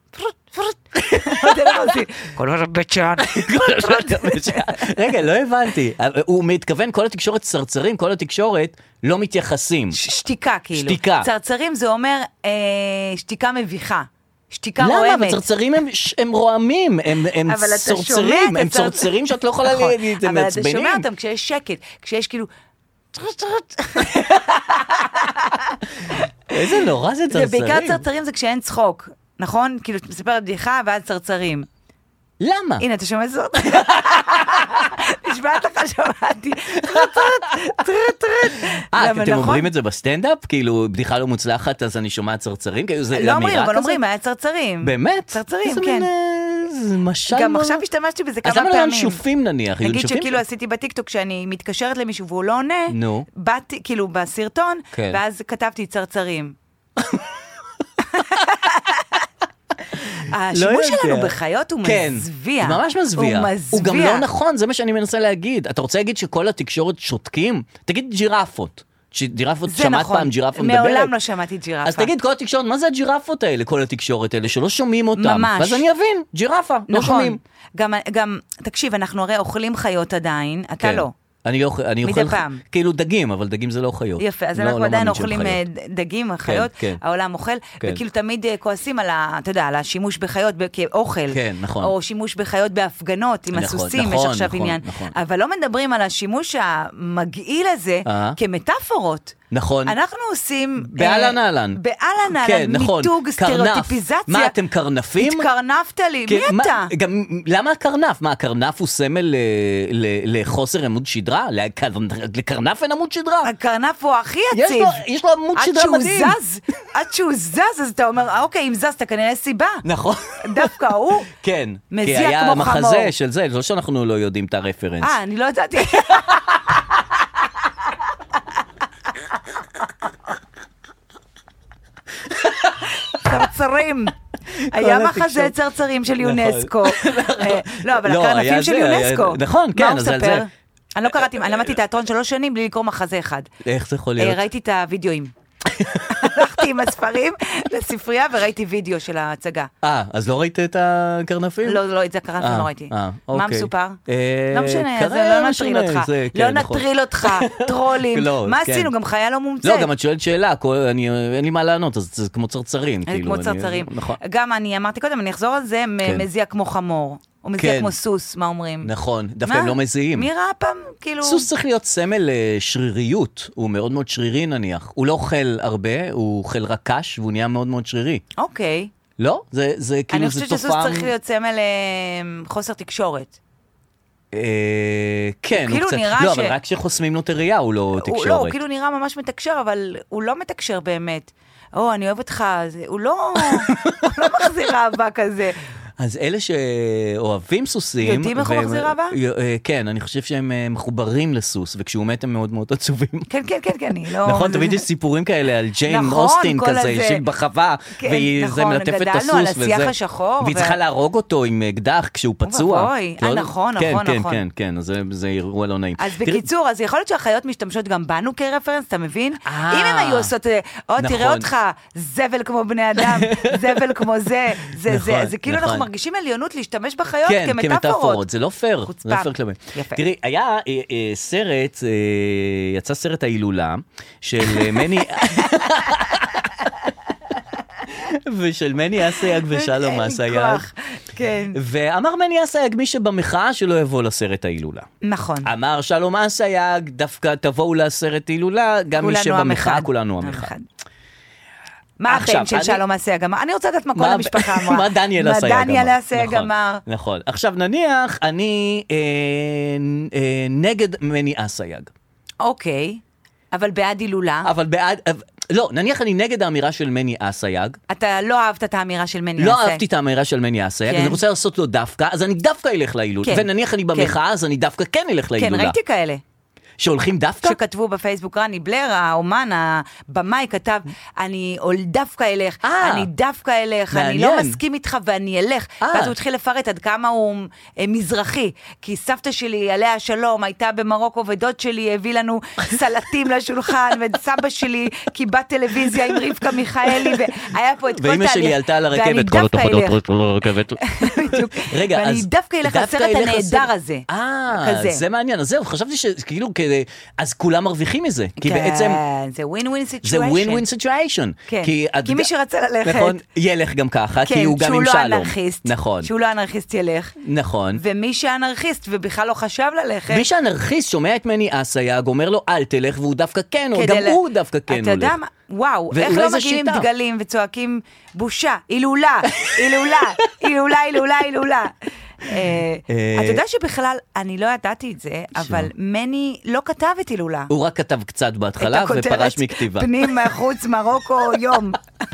כל מה בית שען. רגע, לא הבנתי. הוא מתכוון, כל התקשורת צרצרים, כל התקשורת לא מתייחסים. שתיקה כאילו. שתיקה. צרצרים זה אומר שתיקה מביכה. שתיקה רועמת. למה? אבל צרצרים הם רועמים, הם צורצרים, הם צורצרים שאת לא יכולה להגיד, הם מעצבנים. אבל אתה שומע אותם כשיש שקט, כשיש כאילו... איזה נורא זה צרצרים. ובעיקר צרצרים זה כשאין צחוק. נכון? כאילו, מספר בדיחה ואז צרצרים. למה? הנה, אתה שומע זאת? נשמעת לך, שמעתי. אה, אתם אומרים את זה בסטנדאפ? כאילו, בדיחה לא מוצלחת, אז אני שומעת צרצרים? לא אומרים, אבל אומרים, היה צרצרים. באמת? צרצרים, כן. זה משל... גם עכשיו השתמשתי בזה כמה פעמים. אז למה לא שופים נניח? נגיד שכאילו עשיתי בטיקטוק שאני מתקשרת למישהו והוא לא עונה, באתי, כאילו, בסרטון, ואז כתבתי צרצרים. השימוש שלנו בחיות הוא מזוויע. הוא ממש מזוויע. הוא גם לא נכון, זה מה שאני מנסה להגיד. אתה רוצה להגיד שכל התקשורת שותקים? תגיד ג'ירפות. ג'ירפות, שמעת פעם ג'ירפה מדברת? מעולם לא שמעתי ג'ירפה. אז תגיד כל התקשורת, מה זה הג'ירפות האלה, כל התקשורת האלה, שלא שומעים אותם? ממש. ואז אני אבין, ג'ירפה, לא שומעים. גם, תקשיב, אנחנו הרי אוכלים חיות עדיין, אתה לא. אני לא, אני אוכל כאילו דגים, אבל דגים זה לא חיות. יפה, אז אנחנו עדיין אוכלים דגים, חיות, העולם אוכל, וכאילו תמיד כועסים על, אתה יודע, על השימוש בחיות כאוכל, או שימוש בחיות בהפגנות עם הסוסים, יש עכשיו עניין. אבל לא מדברים על השימוש המגעיל הזה כמטאפורות. נכון. אנחנו עושים... באלן אהלן. באלן כן, אהלן, נכון. מיתוג, סטריאוטיפיזציה. מה, אתם קרנפים? התקרנפת לי, כן, מי מה, אתה? גם, למה הקרנף? מה, הקרנף הוא סמל ל- ל- לחוסר עמוד שדרה? לקר- לקרנף אין עמוד שדרה? הקרנף הוא הכי יש יציב. לו, יש לו עמוד עד שדרה שהוא מדהים. זז, עד שהוא זז, אז אתה אומר, "אה, אוקיי, אם זזת, כנראה סיבה. נכון. דווקא הוא כן. מזיע כי היה כמו מחזה חמור. של זה, לא שאנחנו לא יודעים את הרפרנס. אה, אני לא ידעתי. צרצרים. היה מחזה צרצרים של יונסקו. אה, לא, אבל לא, הקרנפים היה של זה, היה- יונסקו. נכון, כן, מה הוא אז על מספר? זה. אני לא קראתי, אני למדתי תיאטרון שלוש שנים בלי לקרוא מחזה אחד. איך זה יכול אה, להיות? ראיתי את הוידאוים. הלכתי עם הספרים לספרייה וראיתי וידאו של ההצגה. אה, אז לא ראית את הקרנפים? לא, לא, את זה הקרנפים אה, לא ראיתי. אה, מה אוקיי. מסופר? אה, לא משנה, אז כנראה לא משנה, נטריל אותך. זה, לא כן, נכון. נטריל אותך, טרולים. לא, מה כן. עשינו? גם חיה לא מומצאת. לא, גם את שואלת שאלה, כל- אני- אין לי מה לענות, אז זה כמו צרצרים. אני כאילו, כמו אני- צרצרים. נכון. גם אני אמרתי קודם, אני אחזור על זה, מ- כן. מזיע כמו חמור. או מזיע כן. כמו סוס, מה אומרים? נכון, דווקא מה? הם לא מזיעים. מי ראה פעם? כאילו... סוס צריך להיות סמל לשריריות, הוא מאוד מאוד שרירי נניח. הוא לא אוכל הרבה, הוא אוכל רק קש, והוא נהיה מאוד מאוד שרירי. אוקיי. לא? זה, זה כאילו, אני זה חושבת שסוס תופעה... צריך להיות סמל אה, חוסר תקשורת. אה, כן, כאילו הוא קצת... נראה לא, ש- אבל רק כשחוסמים לו את הראייה הוא לא תקשורת. הוא, לא, הוא כאילו נראה ממש מתקשר, אבל הוא לא מתקשר באמת. או, אני אוהב אותך, זה, הוא לא, הוא לא מחזיר אהבה כזה. אז אלה שאוהבים סוסים... יודעים איך הוא והם- מחזיר אהבה? אה, כן, אני חושב שהם אה, מחוברים לסוס, וכשהוא מת הם מאוד מאוד עצובים. כן, כן, כן, כן, אני לא... נכון, תמיד יש סיפורים כאלה על ג'יין נכון, אוסטין כל כזה, הזה. שהיא בחווה, כן, והיא זה נכון, מלטפת את גדלנו הסוס, על וזה... השיח השחור, והיא ו- צריכה להרוג אותו עם אקדח כשהוא פצוע. ואבוי, לא- אה, נכון, כן, נכון, כן, נכון. כן, כן, אז זה- זה אירוע לא נעים. אז תראי, בקיצור, אז יכול להיות שהחיות משתמשות גם בנו כרפרנס, אתה מבין? אה, אם הם היו עושות, אה, או נכון. תראה אותך, זבל כמו בני אדם, זבל כמו זה, זה, זה, נכון, זה כאילו נכון. אנחנו מרגישים עליונות להשתמש בחיות כן, כמטאפורות. כמטאפורות, זה לא פייר, חוצפה. זה לא פייר כלפי. יפה. תראי, היה אה, אה, סרט, אה, יצא סרט ההילולה, של אה, מני... ושל מני אסייג ושלום אין לי אסייג. כוח, כן. ואמר מני אסייג, מי שבמחאה שלא יבוא לסרט ההילולה. נכון. אמר שלום אסייג, דווקא תבואו לסרט הילולה, גם מי כולנו עם שבמחאה, אחד. כולנו עם עם אחד. אחד. מה עכשיו, הבן של אני- שלום אסייג אמר? אני רוצה לדעת מה כל מה- המשפחה אמרה. מה דניאל אסייג אמר. מה דניאל אסייג נכון, אמר. נכון. עכשיו נניח, אני אה, אה, נגד מני אסייג. אוקיי, אבל בעד הילולה. אבל בעד... לא, נניח אני נגד האמירה של מני אסייג. אתה לא אהבת את האמירה של מני לא אסייג. אהבתי את האמירה של מני אסייג, כן. אז אני רוצה לעשות לו דווקא, אז אני דווקא אלך להילולה. כן. ונניח אני במחאה, אז אני דווקא כן אלך כן, להילולה. ראיתי כאלה. שהולכים דווקא? שכתבו בפייסבוק, רני בלר, האומן, הבמאי, כתב, אני דווקא אלך, אה. אני דווקא אלך, אני מעניין. לא מסכים איתך ואני אלך. אה. ואז הוא התחיל לפרט עד כמה הוא אה, מזרחי, כי סבתא שלי, עליה השלום, הייתה במרוקו, ודוד שלי הביא לנו סלטים לשולחן, וסבא שלי קיבל טלוויזיה עם רבקה מיכאלי, והיה פה את כל תהליך. ואמא שלי עלתה על ואני הרכבת. דווקא אלך. הרכבת. בדיוק. רגע, ואני אז... דווקא אלך דווקא לסרט אלך הנהדר לסרט- הזה. אה, כזה. זה מעניין. אז זהו, חשבתי שכאילו כדי... אז כולם מרוויחים מזה. כי כן, בעצם... זה ווין ווין סיטואשן. זה ווין ווין סיטואשן. כן, כי מי שרצה ללכת- נכון, ילך גם ככה, כי כן, הוא גם שהוא עם לא שלום. אנרכיסט, נכון, שהוא לא אנרכיסט ילך, נכון. ומי שאנרכיסט ובכלל לא חשב ללכת, מי שאנרכיסט שומע את מני אסייג, אומר לו אל תלך, והוא דווקא כן, או כדי גם ל- הוא דווקא כן אתה יודע הולך. מה, וואו, איך ואולי לא זה מגיעים עם שיטה. דגלים וצועקים בושה, הילולה, הילולה, הילולה, הילולה, הילולה. אה, אתה יודע שבכלל, אני לא ידעתי את זה, אבל מני לא כתב את הילולה. הוא רק כתב קצת בהתחלה את הכותרת ופרש מכתיבה. פנים, חוץ, מרוקו, יום.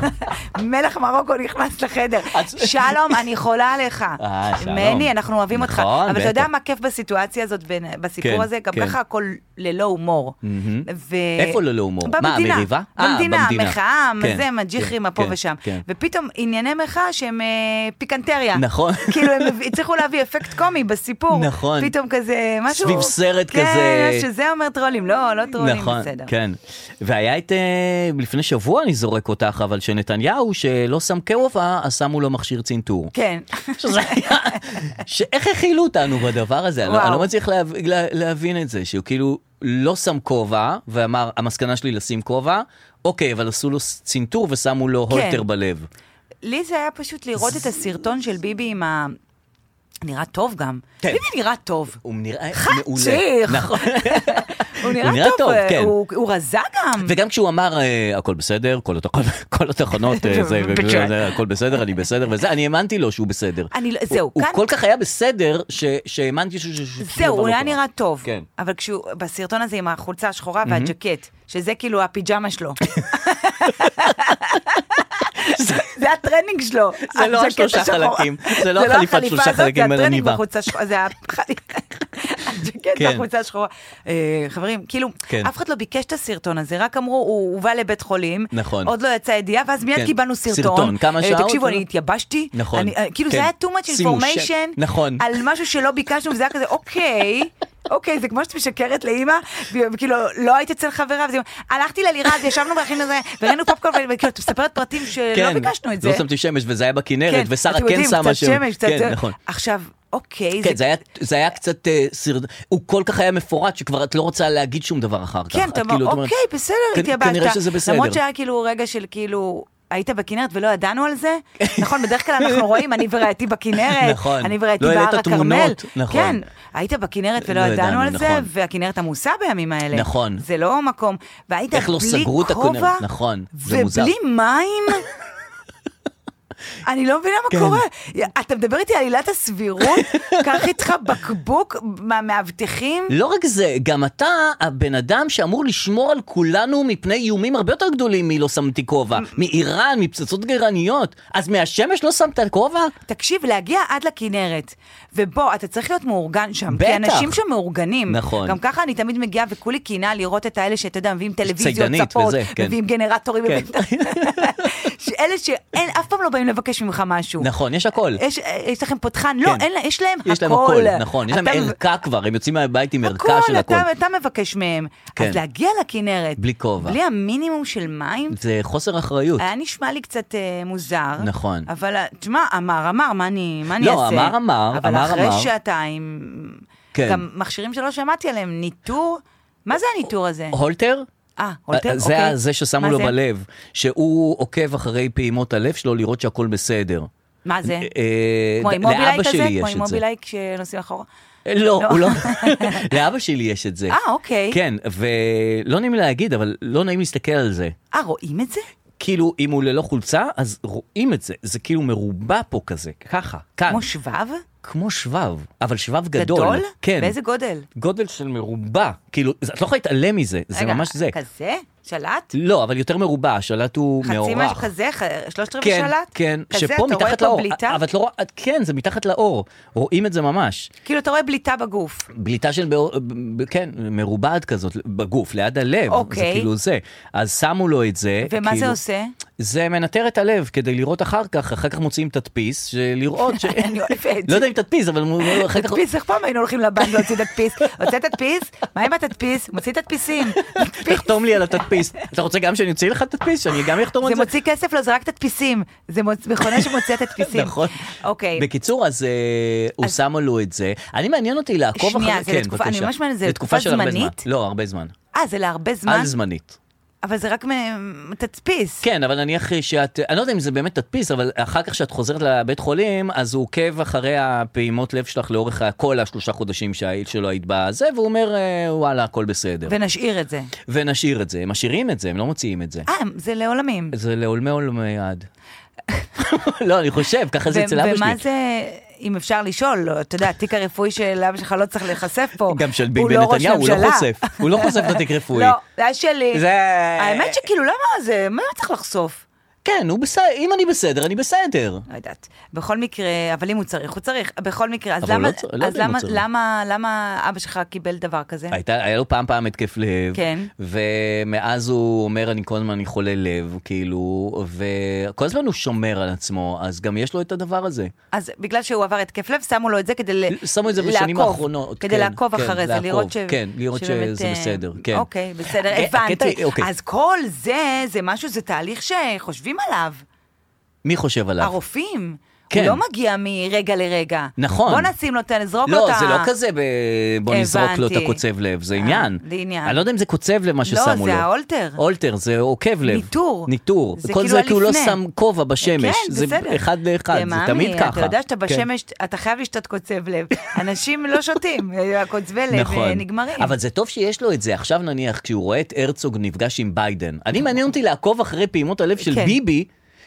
מלך מרוקו נכנס לחדר. שלום, אני חולה עליך. אה, שלום. מני, אנחנו אוהבים אותך. נכון, אבל אתה יודע בטח. מה כיף בסיטואציה הזאת, בין- בסיפור כן, הזה? גם כן. ככה הכל ללא הומור. ו- איפה ללא הומור? מה, במדינה. המריבה? אה, במדינה, במדינה. המחאה, כן, זה, מג'יחים, כן, פה כן, ושם. כן. ופתאום ענייני מחאה שהם אה, פיקנטריה. נכון. כאילו הם הצליחו להביא אפקט קומי בסיפור. נכון. פתאום כזה, משהו... סביב סרט כן, כזה. שזה אומר טרולים. לא, לא טרולים, נכון, בסדר. כן. והיה את, אה, לפני שבוע אני זורק אותך, אבל שנתניהו שלא שם כובע, אז שמו לו מכשיר צנתור. כן. שזה היה, שאיך הכילו אותנו בדבר הזה? אני לא- וואו. אני לא מצליח להב- לה- להבין את זה, שהוא כאילו לא שם כובע, ואמר, המסקנה שלי לשים כובע, אוקיי, אבל עשו לו צנתור ושמו לו כן. הולטר בלב. לי זה היה פשוט לראות את הסרטון של ביבי עם ה... נראה טוב גם. כן. ביבי נראה טוב. הוא נראה חצ'יך. מעולה. נכון. הוא נראה טוב, טוב, כן. הוא, הוא רזה גם. וגם כשהוא אמר, אה, הכל בסדר, כל, התח... כל התחנות, אה, זה, זה, הכל בסדר, אני בסדר, וזה, אני האמנתי לו שהוא בסדר. אני, זהו, הוא, כאן... הוא כל כך היה בסדר, ש... שהאמנתי ש... זהו, הוא היה נראה טוב. כן. אבל כשהוא, בסרטון הזה עם החולצה השחורה והג'קט, שזה כאילו הפיג'מה שלו. זה הטרנינג שלו. זה לא השלושה חלקים, זה לא החליפת שלושה חלקים בין הניבה. זה הג'קט והחולצה השחורה. חברים, כאילו, אף אחד לא ביקש את הסרטון הזה, רק אמרו, הוא הובא לבית חולים, עוד לא יצא ידיעה, ואז מיד קיבלנו סרטון. תקשיבו, אני התייבשתי, כאילו זה היה too much information, על משהו שלא ביקשנו, וזה היה כזה, אוקיי, אוקיי, זה כמו שאת משקרת לאמא, וכאילו, לא היית אצל חברה, הלכתי ללירז, ישבנו והכינו זה, וראינו פופקורן, וכאילו, את מספרת פרטים שלא ביקשנו את זה. לא שמתי שמש, וזה היה בכנרת, ושרה כן שמה שם. כן, נכון. עכשיו, אוקיי. כן, זה היה קצת סרט, הוא כל כך היה מפורט, שכבר את לא רוצה להגיד שום דבר אחר כך. כן, אתה אומר, אוקיי, בסדר, התייבשת. כנראה שזה בסדר. למרות שהיה כאילו רגע של כאילו... היית בכנרת ולא ידענו על זה? נכון, בדרך כלל אנחנו רואים, אני וראיתי בכנרת, אני וראיתי בהר הכרמל. כן, היית בכנרת ולא ידענו על זה, והכנרת עמוסה בימים האלה. נכון. זה לא מקום. והיית בלי כובע, ובלי מים. אני לא מבינה מה קורה. אתה מדבר איתי על עילת הסבירות, קח איתך בקבוק מהמאבטחים. לא רק זה, גם אתה הבן אדם שאמור לשמור על כולנו מפני איומים הרבה יותר גדולים מלא שמתי כובע. מאיראן, מפצצות גרעיניות. אז מהשמש לא שמת כובע? תקשיב, להגיע עד לכנרת, ובוא, אתה צריך להיות מאורגן שם. כי אנשים שם מאורגנים. נכון. גם ככה אני תמיד מגיעה וכולי קינה לראות את האלה שאתה יודע, מביאים טלוויזיות, צפות, מביאים גנרטורים. אלה שאין, אף פעם לא באים לבקש ממך משהו. נכון, יש הכל. יש, יש לכם פותחן, לא, אין, יש להם יש הכל. להם הכל, נכון, יש להם ערכה כבר, הם יוצאים מהבית עם ערכה של הכל. אתה, אתה מבקש מהם. כן. אז להגיע לכנרת, בלי כובע. בלי המינימום של מים. זה חוסר אחריות. היה נשמע לי קצת uh, מוזר. נכון. אבל, תשמע, אמר, אמר, מה אני, מה אני לא, אעשה? לא, אמר, אמר, אבל אמר, אחרי אמר. שעתיים, כן. גם מכשירים שלא שמעתי עליהם, ניטור, מה זה הניטור הזה? הולטר? אה, הולטר? זה אוקיי. זה ששמו לו זה? בלב, שהוא עוקב אחרי פעימות הלב שלו לראות שהכל בסדר. מה זה? אה, כמו עם מובילאי לאבא כזה? שלי כמו יש עם את זה. מובילאי כשנוסעים אחורה? לא, הוא לא. לאבא שלי יש את זה. אה, אוקיי. כן, ולא נעים להגיד, אבל לא נעים להסתכל על זה. אה, רואים את זה? כאילו, אם הוא ללא חולצה, אז רואים את זה. זה כאילו מרובע פה כזה, ככה, כאן. כמו שבב? כמו שבב, אבל שבב גדול. גדול? כן. באיזה גודל? גודל של מרובע. כאילו, את לא יכולה להתעלם מזה, זה ממש זה. רגע, כזה? שלט? לא, אבל יותר מרובע, השלט הוא מאורח. חצי משהו כזה? שלושת רבעי כן, שלט? כן, כזה, שפה אתה רואה מתחת פה לאור. בליטה? אבל את לא רואה, כן, זה מתחת לאור. רואים את זה ממש. כאילו, אתה רואה בליטה בגוף. בליטה של, באור, כן, מרובעת כזאת בגוף, ליד הלב. אוקיי. זה כאילו זה. אז שמו לו את זה. ומה כאילו, זה עושה? זה מנטר את הלב, כדי לראות אחר כך, אחר כך מוציאים תדפיס, שלראות ש... אני אוהבת. לא יודע אם תדפיס, אבל אחר כך... תדפיס, איך פעם היינו הולכים לבנק להוציא תדפיס? הוצא תדפיס? מה עם התדפיס? מוציא תדפיסים. תחתום לי על התדפיס. אתה רוצה גם שאני אוציא לך תדפיס? שאני גם אחתום על זה? זה מוציא כסף, לא, זה רק תדפיסים. זה מכונה שמוציא תדפיסים. נכון. אוקיי. בקיצור, אז הוא שמו לו את זה. אני מעניין אותי לעקוב אחרי... שנייה, זה לתקופה, אני ממש מעניין, זה לתקופה זמנית? לא, הרבה זמן. אה, זה להרבה זמן? על זמנית. אבל זה רק תדפיס. כן, אבל נניח שאת, אני לא יודע אם זה באמת תדפיס, אבל אחר כך שאת חוזרת לבית חולים, אז הוא עוקב אחרי הפעימות לב שלך לאורך כל השלושה חודשים שלא היית בזה, והוא אומר, וואלה, הכל בסדר. ונשאיר את זה. ונשאיר את זה. הם משאירים את זה, הם לא מוציאים את זה. אה, זה לעולמים. זה לעולמי עולמי עד. לא, אני חושב, ככה זה אצל אבא שלי. ומה זה... אם אפשר לשאול, אתה יודע, התיק הרפואי של אבא שלך לא צריך להיחשף פה. גם של ביבי נתניהו, הוא לא חושף. הוא לא חושף את התיק רפואי. לא, זה היה שלי. זה... האמת שכאילו, למה זה? מה צריך לחשוף? כן, הוא בסדר, אם אני בסדר, אני בסדר. לא יודעת. בכל מקרה, אבל אם הוא צריך, הוא צריך. בכל מקרה, אז אבל למה, לא צ- לא אז יודע אם הוא למה, צריך. למה, למה אבא שלך קיבל דבר כזה? הייתה, היה לו פעם פעם התקף לב, כן. ומאז הוא אומר, אני כל הזמן אני חולה לב, כאילו, וכל הזמן הוא שומר על עצמו, אז גם יש לו את הדבר הזה. אז בגלל שהוא עבר התקף לב, שמו לו את זה כדי לעקוב. שמו את זה בשנים האחרונות. כדי כן, לעקוב כן, אחרי זה, לעקוב, לראות ש... כן, לראות שבאמת, שזה בסדר, כן. אוקיי, בסדר, הקטע- הבנתי. אוקיי. אז כל זה, זה משהו, זה תהליך שחושבים עליו. מי חושב עליו? הרופאים. הוא לא מגיע מרגע לרגע. נכון. בוא נשים לו, נזרוק לא, אותה. זה לא כזה בוא נזרוק לו את הקוצב לב, זה עניין. זה עניין. אני לא יודע אם זה קוצב לב מה ששמו לו. לא, זה האולטר. אולטר, זה עוקב לב. ניטור. ניטור. זה כל כאילו זה כי הוא לא הלפני. שם כובע בשמש. כן, זה בסדר. אחד לאחד, זה תמיד ככה. אתה יודע שאתה בשמש, אתה חייב לשתות קוצב לב. אנשים לא שותים, הקוצבי לב נגמרים. אבל זה טוב שיש לו את זה. עכשיו נניח, כשהוא רואה את הרצוג נפגש עם ביידן. אני מעניין אותי לעקוב אחרי פעימות הלב של ביבי,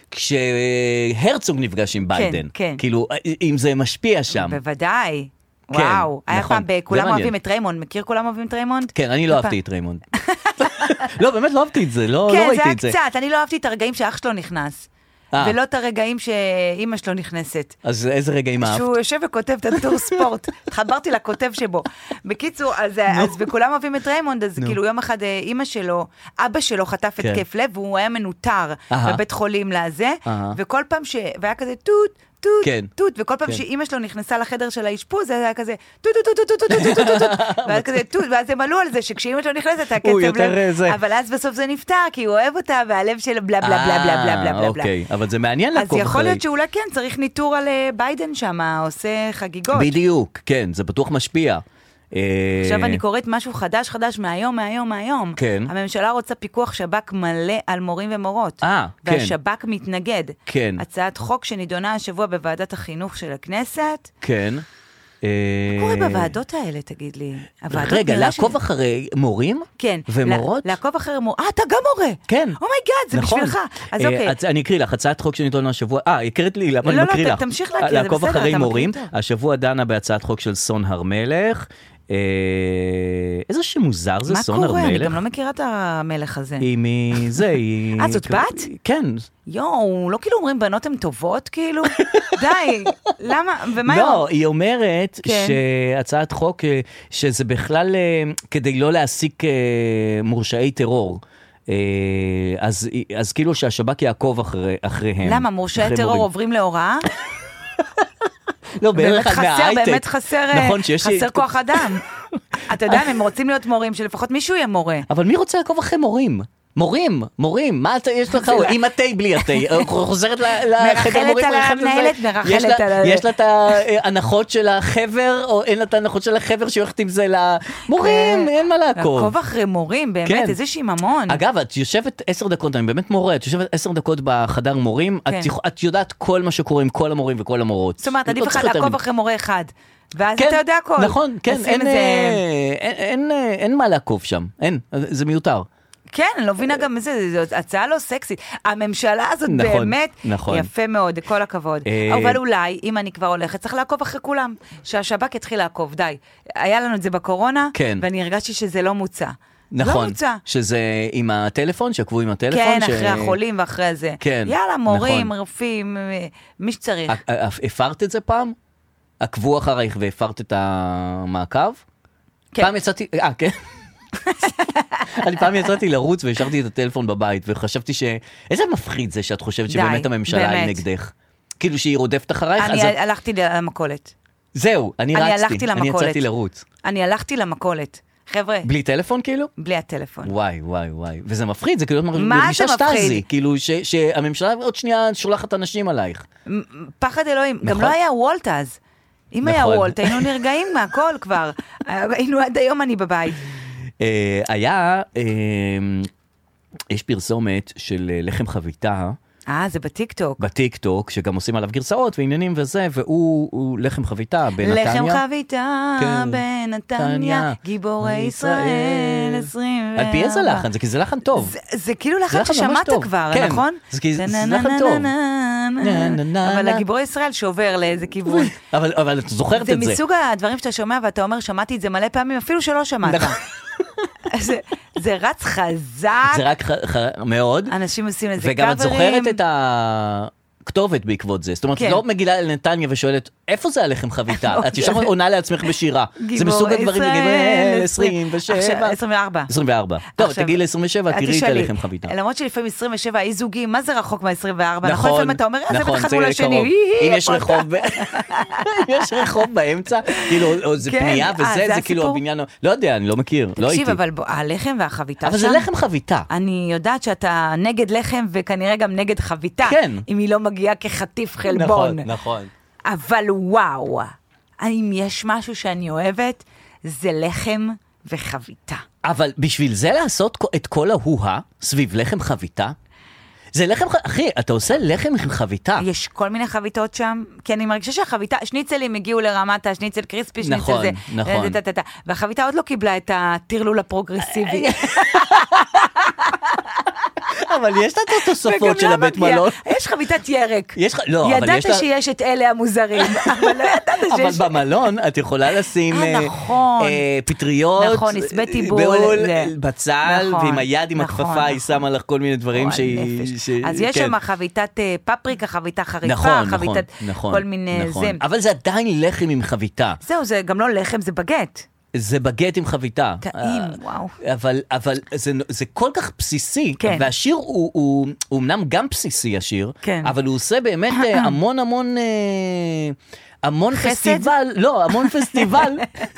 כשהרצוג נפגש עם ביידן. כאילו, אם זה משפיע שם. בוודאי. וואו, היה פעם בכולם אוהבים את ריימונד. מכיר כולם אוהבים את ריימונד? כן, אני לא אהבתי את ריימונד. לא, באמת לא אהבתי את זה, לא ראיתי את זה. כן, זה היה קצת, אני לא אהבתי את הרגעים שאח שלו נכנס. ולא את הרגעים שאימא שלו נכנסת. אז איזה רגעים אהבת? שהוא יושב וכותב את הטור ספורט. התחברתי לכותב שבו. בקיצור, אז וכולם אוהבים את ריימונד, אז כאילו יום אחד אימא שלו, אבא שלו חטף התקף לב, והוא היה מנותר בבית חולים לזה, וכל פעם ש... והיה כזה טוט, טוט, טוט, וכל פעם שאימא שלו נכנסה לחדר של האשפוז, זה היה כזה טוט, טוט, טוט, טוט, טוט, טוט, טוט, והיה כזה טוט, ואז הם עלו על זה, שכשאימא שלו נכנסת, הקצב לב, אבל אז בסוף זה נפטר, כי הוא אוהב אותה, והלב של בלה בלה בלה בלה בלה בלה בלה. אוקיי, אבל זה מעניין לעקוב אחרי. אז יכול להיות שאולי כן, צריך ניטור על ביידן שם, עושה חגיגות. בדיוק, כן, זה בטוח משפיע. עכשיו אני קוראת משהו חדש חדש מהיום, מהיום, מהיום. כן. הממשלה רוצה פיקוח שב"כ מלא על מורים ומורות. אה, כן. והשב"כ מתנגד. כן. הצעת חוק שנידונה השבוע בוועדת החינוך של הכנסת. כן. מה קורה בוועדות האלה, תגיד לי? רגע, לעקוב אחרי מורים? כן. ומורות? לעקוב אחרי מורות. אה, אתה גם מורה. כן. אומייגאד, זה בשבילך. אז אוקיי. אני אקריא לך, הצעת חוק שנידונה השבוע, אה, הקראת לי, למה אני מקריא לך? לא, לא, תמשיך להקריא, זה בסדר, לעקוב אחרי מורים. השבוע דנה בהצעת חוק של סון הר מלך. איזה שמוזר זה סון הר מלך. מה קורה? אני גם לא מכירה את המלך הזה. היא מזה, היא... אה, זאת בת? כן. יואו, לא כאילו אומרים בנות הן טובות, כאילו? די, למה? ומה... לא, היא אומרת שהצעת חוק, שזה בכלל כדי לא להעסיק מורשעי טרור. אז, אז כאילו שהשב"כ יעקוב אחרי, אחריהם. למה? מורשעי טרור עוברים להוראה? לא, בערך מההייטק. באמת חסר, נכון, חסר כוח אדם. אתה יודע, הם רוצים להיות מורים, שלפחות מישהו יהיה מורה. אבל מי רוצה לעקוב אחרי מורים? מורים, מורים, מה יש לך? עם התי, בלי התי, חוזרת לחדר מורים. מרחלת על המנהלת, מרחלת על... יש לה את ההנחות של החבר, או אין לה את ההנחות של החבר שהולכת עם זה למורים, אין מה לעקוב. לעקוב אחרי מורים, באמת, איזה שיממון. אגב, את יושבת עשר דקות, אני באמת מורה, את יושבת עשר דקות בחדר מורים, את יודעת כל מה שקורה עם כל המורים וכל המורות. זאת אומרת, עדיף לך לעקוב אחרי מורה אחד. ואז כן, אתה יודע הכל. נכון, כן, אין, אין, אין, אין מה לעקוב שם, אין, זה מיותר. כן, אני לא מבינה גם זה, זאת הצעה לא סקסית. הממשלה הזאת נכון, באמת נכון. יפה מאוד, כל הכבוד. אבל אולי, אם אני כבר הולכת, צריך לעקוב אחרי כולם. שהשב"כ יתחיל לעקוב, די. היה לנו את זה בקורונה, כן. ואני הרגשתי שזה לא מוצא. נכון, לא מוצא. שזה עם הטלפון, שעקבו עם הטלפון. כן, ש... אחרי החולים ואחרי זה. כן, יאללה, מורים, נכון. רופאים, מי שצריך. הפרת את זה פעם? עקבו אחרייך והפרת את המעקב? כן. פעם יצאתי, אה, כן. אני פעם יצאתי לרוץ והשארתי את הטלפון בבית, וחשבתי ש... איזה מפחיד זה שאת חושבת שבאמת הממשלה היא נגדך. כאילו שהיא רודפת אחרייך. אני הלכתי למכולת. זהו, אני רצתי. אני הלכתי למכולת. אני יצאתי לרוץ. אני הלכתי למכולת. חבר'ה. בלי טלפון כאילו? בלי הטלפון. וואי, וואי, וואי. וזה מפחיד, זה כאילו מרגישה שטאזי. כאילו שהממשלה עוד שנייה שולחת אנשים עלייך. פחד אלוהים. גם לא היה וולט אז. אם היה וולט, היינו נרגעים מהכל כבר. היינו עד היום אני בבית. היה, יש פרסומת של לחם חביתה. אה, זה בטיקטוק. בטיקטוק, שגם עושים עליו גרסאות ועניינים וזה, והוא לחם חביתה בנתניה. לחם חביתה בנתניה, גיבורי ישראל עשרים. על פי איזה לחן? זה כי זה לחן טוב. זה כאילו לחן ששמעת כבר, נכון? זה כי זה לחן טוב. אבל הגיבורי ישראל שובר לאיזה כיוון. אבל את זוכרת את זה. זה מסוג הדברים שאתה שומע ואתה אומר, שמעתי את זה מלא פעמים, אפילו שלא שמעת. זה, זה רץ חזק. זה רק ח, ח, מאוד. אנשים עושים את זה וגם קאברים. את זוכרת את הכתובת בעקבות זה. זאת אומרת, כן. את לא מגילה לנתניה ושואלת, איפה זה הלחם חביתה? את ישר עונה לעצמך בשירה. זה מסוג הדברים, גיבור עשרים ושבע. עשרים וארבע. עשרים וארבע. טוב, תגיעי ל-עשרים ושבע, תראי את הלחם חביתה. למרות שלפעמים עשרים ושבע אי זוגי, מה זה רחוק מה-עשרים וארבע? נכון, לפעמים אתה אומר, זה בטח מול השני. אם יש רחוב, אם יש רחוב באמצע, כאילו, זה פנייה וזה, זה כאילו הבניין, לא יודע, אני לא מכיר, לא הייתי. תקשיב, אבל הלחם והחביתה שם. אבל זה לחם חביתה. אני יודעת שאתה נגד לחם וכנראה גם נגד חביתה. אם היא לא מגיעה כחטיף חלבון. נכון, נכון. אבל וואו, אם יש משהו שאני אוהבת, זה לחם וחביתה. אבל בשביל זה לעשות את כל ההואה סביב לחם חביתה, זה לחם, אחי, אתה עושה לחם עם חביתה. יש כל מיני חביתות שם, כי אני מרגישה שהחביתה, שניצלים הגיעו לרמת השניצל קריספי, שניצל נכון, זה. נכון. זה, זה, זה, והחביתה עוד לא קיבלה את הטרלול הפרוגרסיבי. אבל יש את התוספות של הבית מלון. יש חביתת ירק. יש, לא, אבל יש ידעת שיש את אלה המוזרים, אבל לא ידעת שיש... אבל במלון את יכולה לשים פטריות, נכון, נסבי טיבול, בצל, ועם היד, עם הכפפה, היא שמה לך כל מיני דברים שהיא... אז יש שם חביתת פפריקה, חביתה חריפה, חביתת כל מיני זה. אבל זה עדיין לחם עם חביתה. זהו, זה גם לא לחם, זה בגט. זה בגט עם חביתה. טעים, וואו. אבל, אבל זה, זה כל כך בסיסי, כן. והשיר הוא, הוא, הוא אמנם גם בסיסי השיר, כן. אבל הוא עושה באמת המון המון, המון חסד? פסטיבל, לא, המון פסטיבל,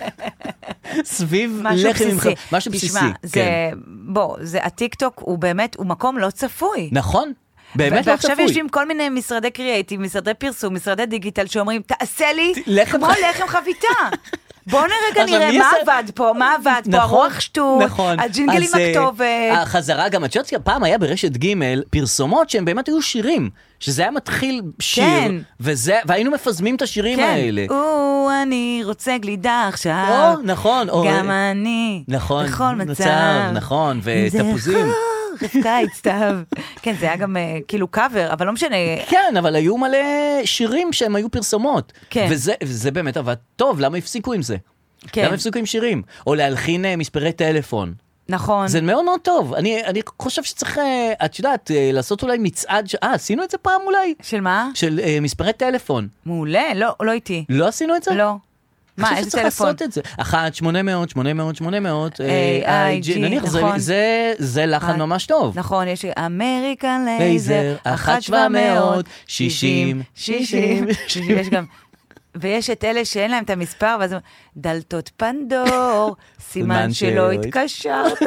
סביב לחם עם חביתה. משהו בסיסי. תשמע, זה, כן. בוא, זה, הטיקטוק הוא באמת, הוא מקום לא צפוי. נכון. באמת לא צפוי. ועכשיו יושבים כל מיני משרדי קריאייטיב, משרדי פרסום, משרדי דיגיטל, שאומרים, תעשה לי לחם כמו לחם חביתה. בואו נרגע נראה מה עבד פה, מה עבד פה, הרוח שטות, הג'ינגלים הכתובת. החזרה גם, את יודעת, פעם היה ברשת ג' פרסומות שהם באמת היו שירים, שזה היה מתחיל שיר, והיינו מפזמים את השירים האלה. או, אני רוצה גלידה עכשיו. או, נכון. גם אני. נכון. בכל מצב. נכון, ותפוזים. רבקה הצטב. כן, זה היה גם כאילו קאבר, אבל לא משנה. כן, אבל היו מלא שירים שהם היו פרסומות. כן. וזה, וזה באמת עבד טוב, למה הפסיקו עם זה? כן. למה הפסיקו עם שירים? או להלחין מספרי טלפון. נכון. זה מאוד מאוד טוב. אני, אני חושב שצריך, את יודעת, לעשות אולי מצעד, אה, עשינו את זה פעם אולי? של מה? של מספרי טלפון. מעולה, לא, לא איתי. לא עשינו את זה? לא. מה, איזה טלפון? לעשות את זה. אחת, שמונה מאות, שמונה מאות, שמונה מאות, איי ג'י, נכון. זה לחן ממש טוב. נכון, יש אמריקן לייזר, אחת שבע מאות, שישים, שישים, שישים, יש גם... ויש את אלה שאין להם את המספר, ואז דלתות פנדור, סימן שלא התקשרת.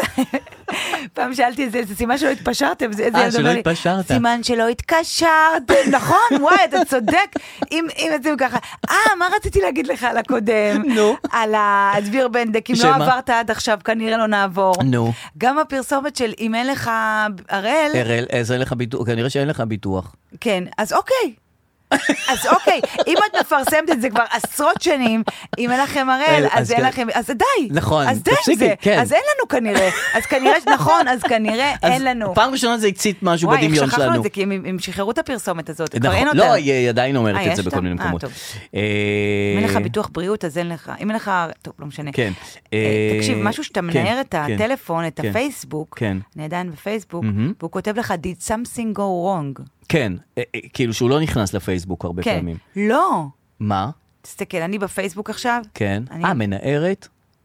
פעם שאלתי את זה, זה סימן שלא התפשרתם. אה, שלא התפשרת. סימן שלא התקשרת, נכון, וואי, אתה צודק. אם את זה ככה, אה, מה רציתי להגיד לך על הקודם? נו. על הדביר בנדק, אם לא עברת עד עכשיו, כנראה לא נעבור. נו. גם הפרסומת של אם אין לך הראל. הראל, אז אין לך ביטוח, כנראה שאין לך ביטוח. כן, אז אוקיי. אז אוקיי, אם את מפרסמת את זה כבר עשרות שנים, אם אין לכם הראל, אז אין לכם, אז די. נכון, אז די עם זה, אז אין לנו כנראה. אז כנראה, נכון, אז כנראה אין לנו. פעם ראשונה זה הצית משהו בדמיון שלנו. וואי, שכחנו את זה, כי הם שחררו את הפרסומת הזאת, כבר אין אותה. לא, היא עדיין אומרת את זה בכל מיני מקומות. אם אין לך ביטוח בריאות, אז אין לך, אם אין לך, טוב, לא משנה. כן. תקשיב, משהו שאתה מנער את הטלפון, את הפייסבוק, אני עדיין בפייסבוק, והוא כותב לך, did something go wrong. כן, כאילו שהוא לא נכנס לפייסבוק הרבה כן. פעמים. לא. מה? תסתכל, אני בפייסבוק עכשיו. כן. אני... אה, מנערת?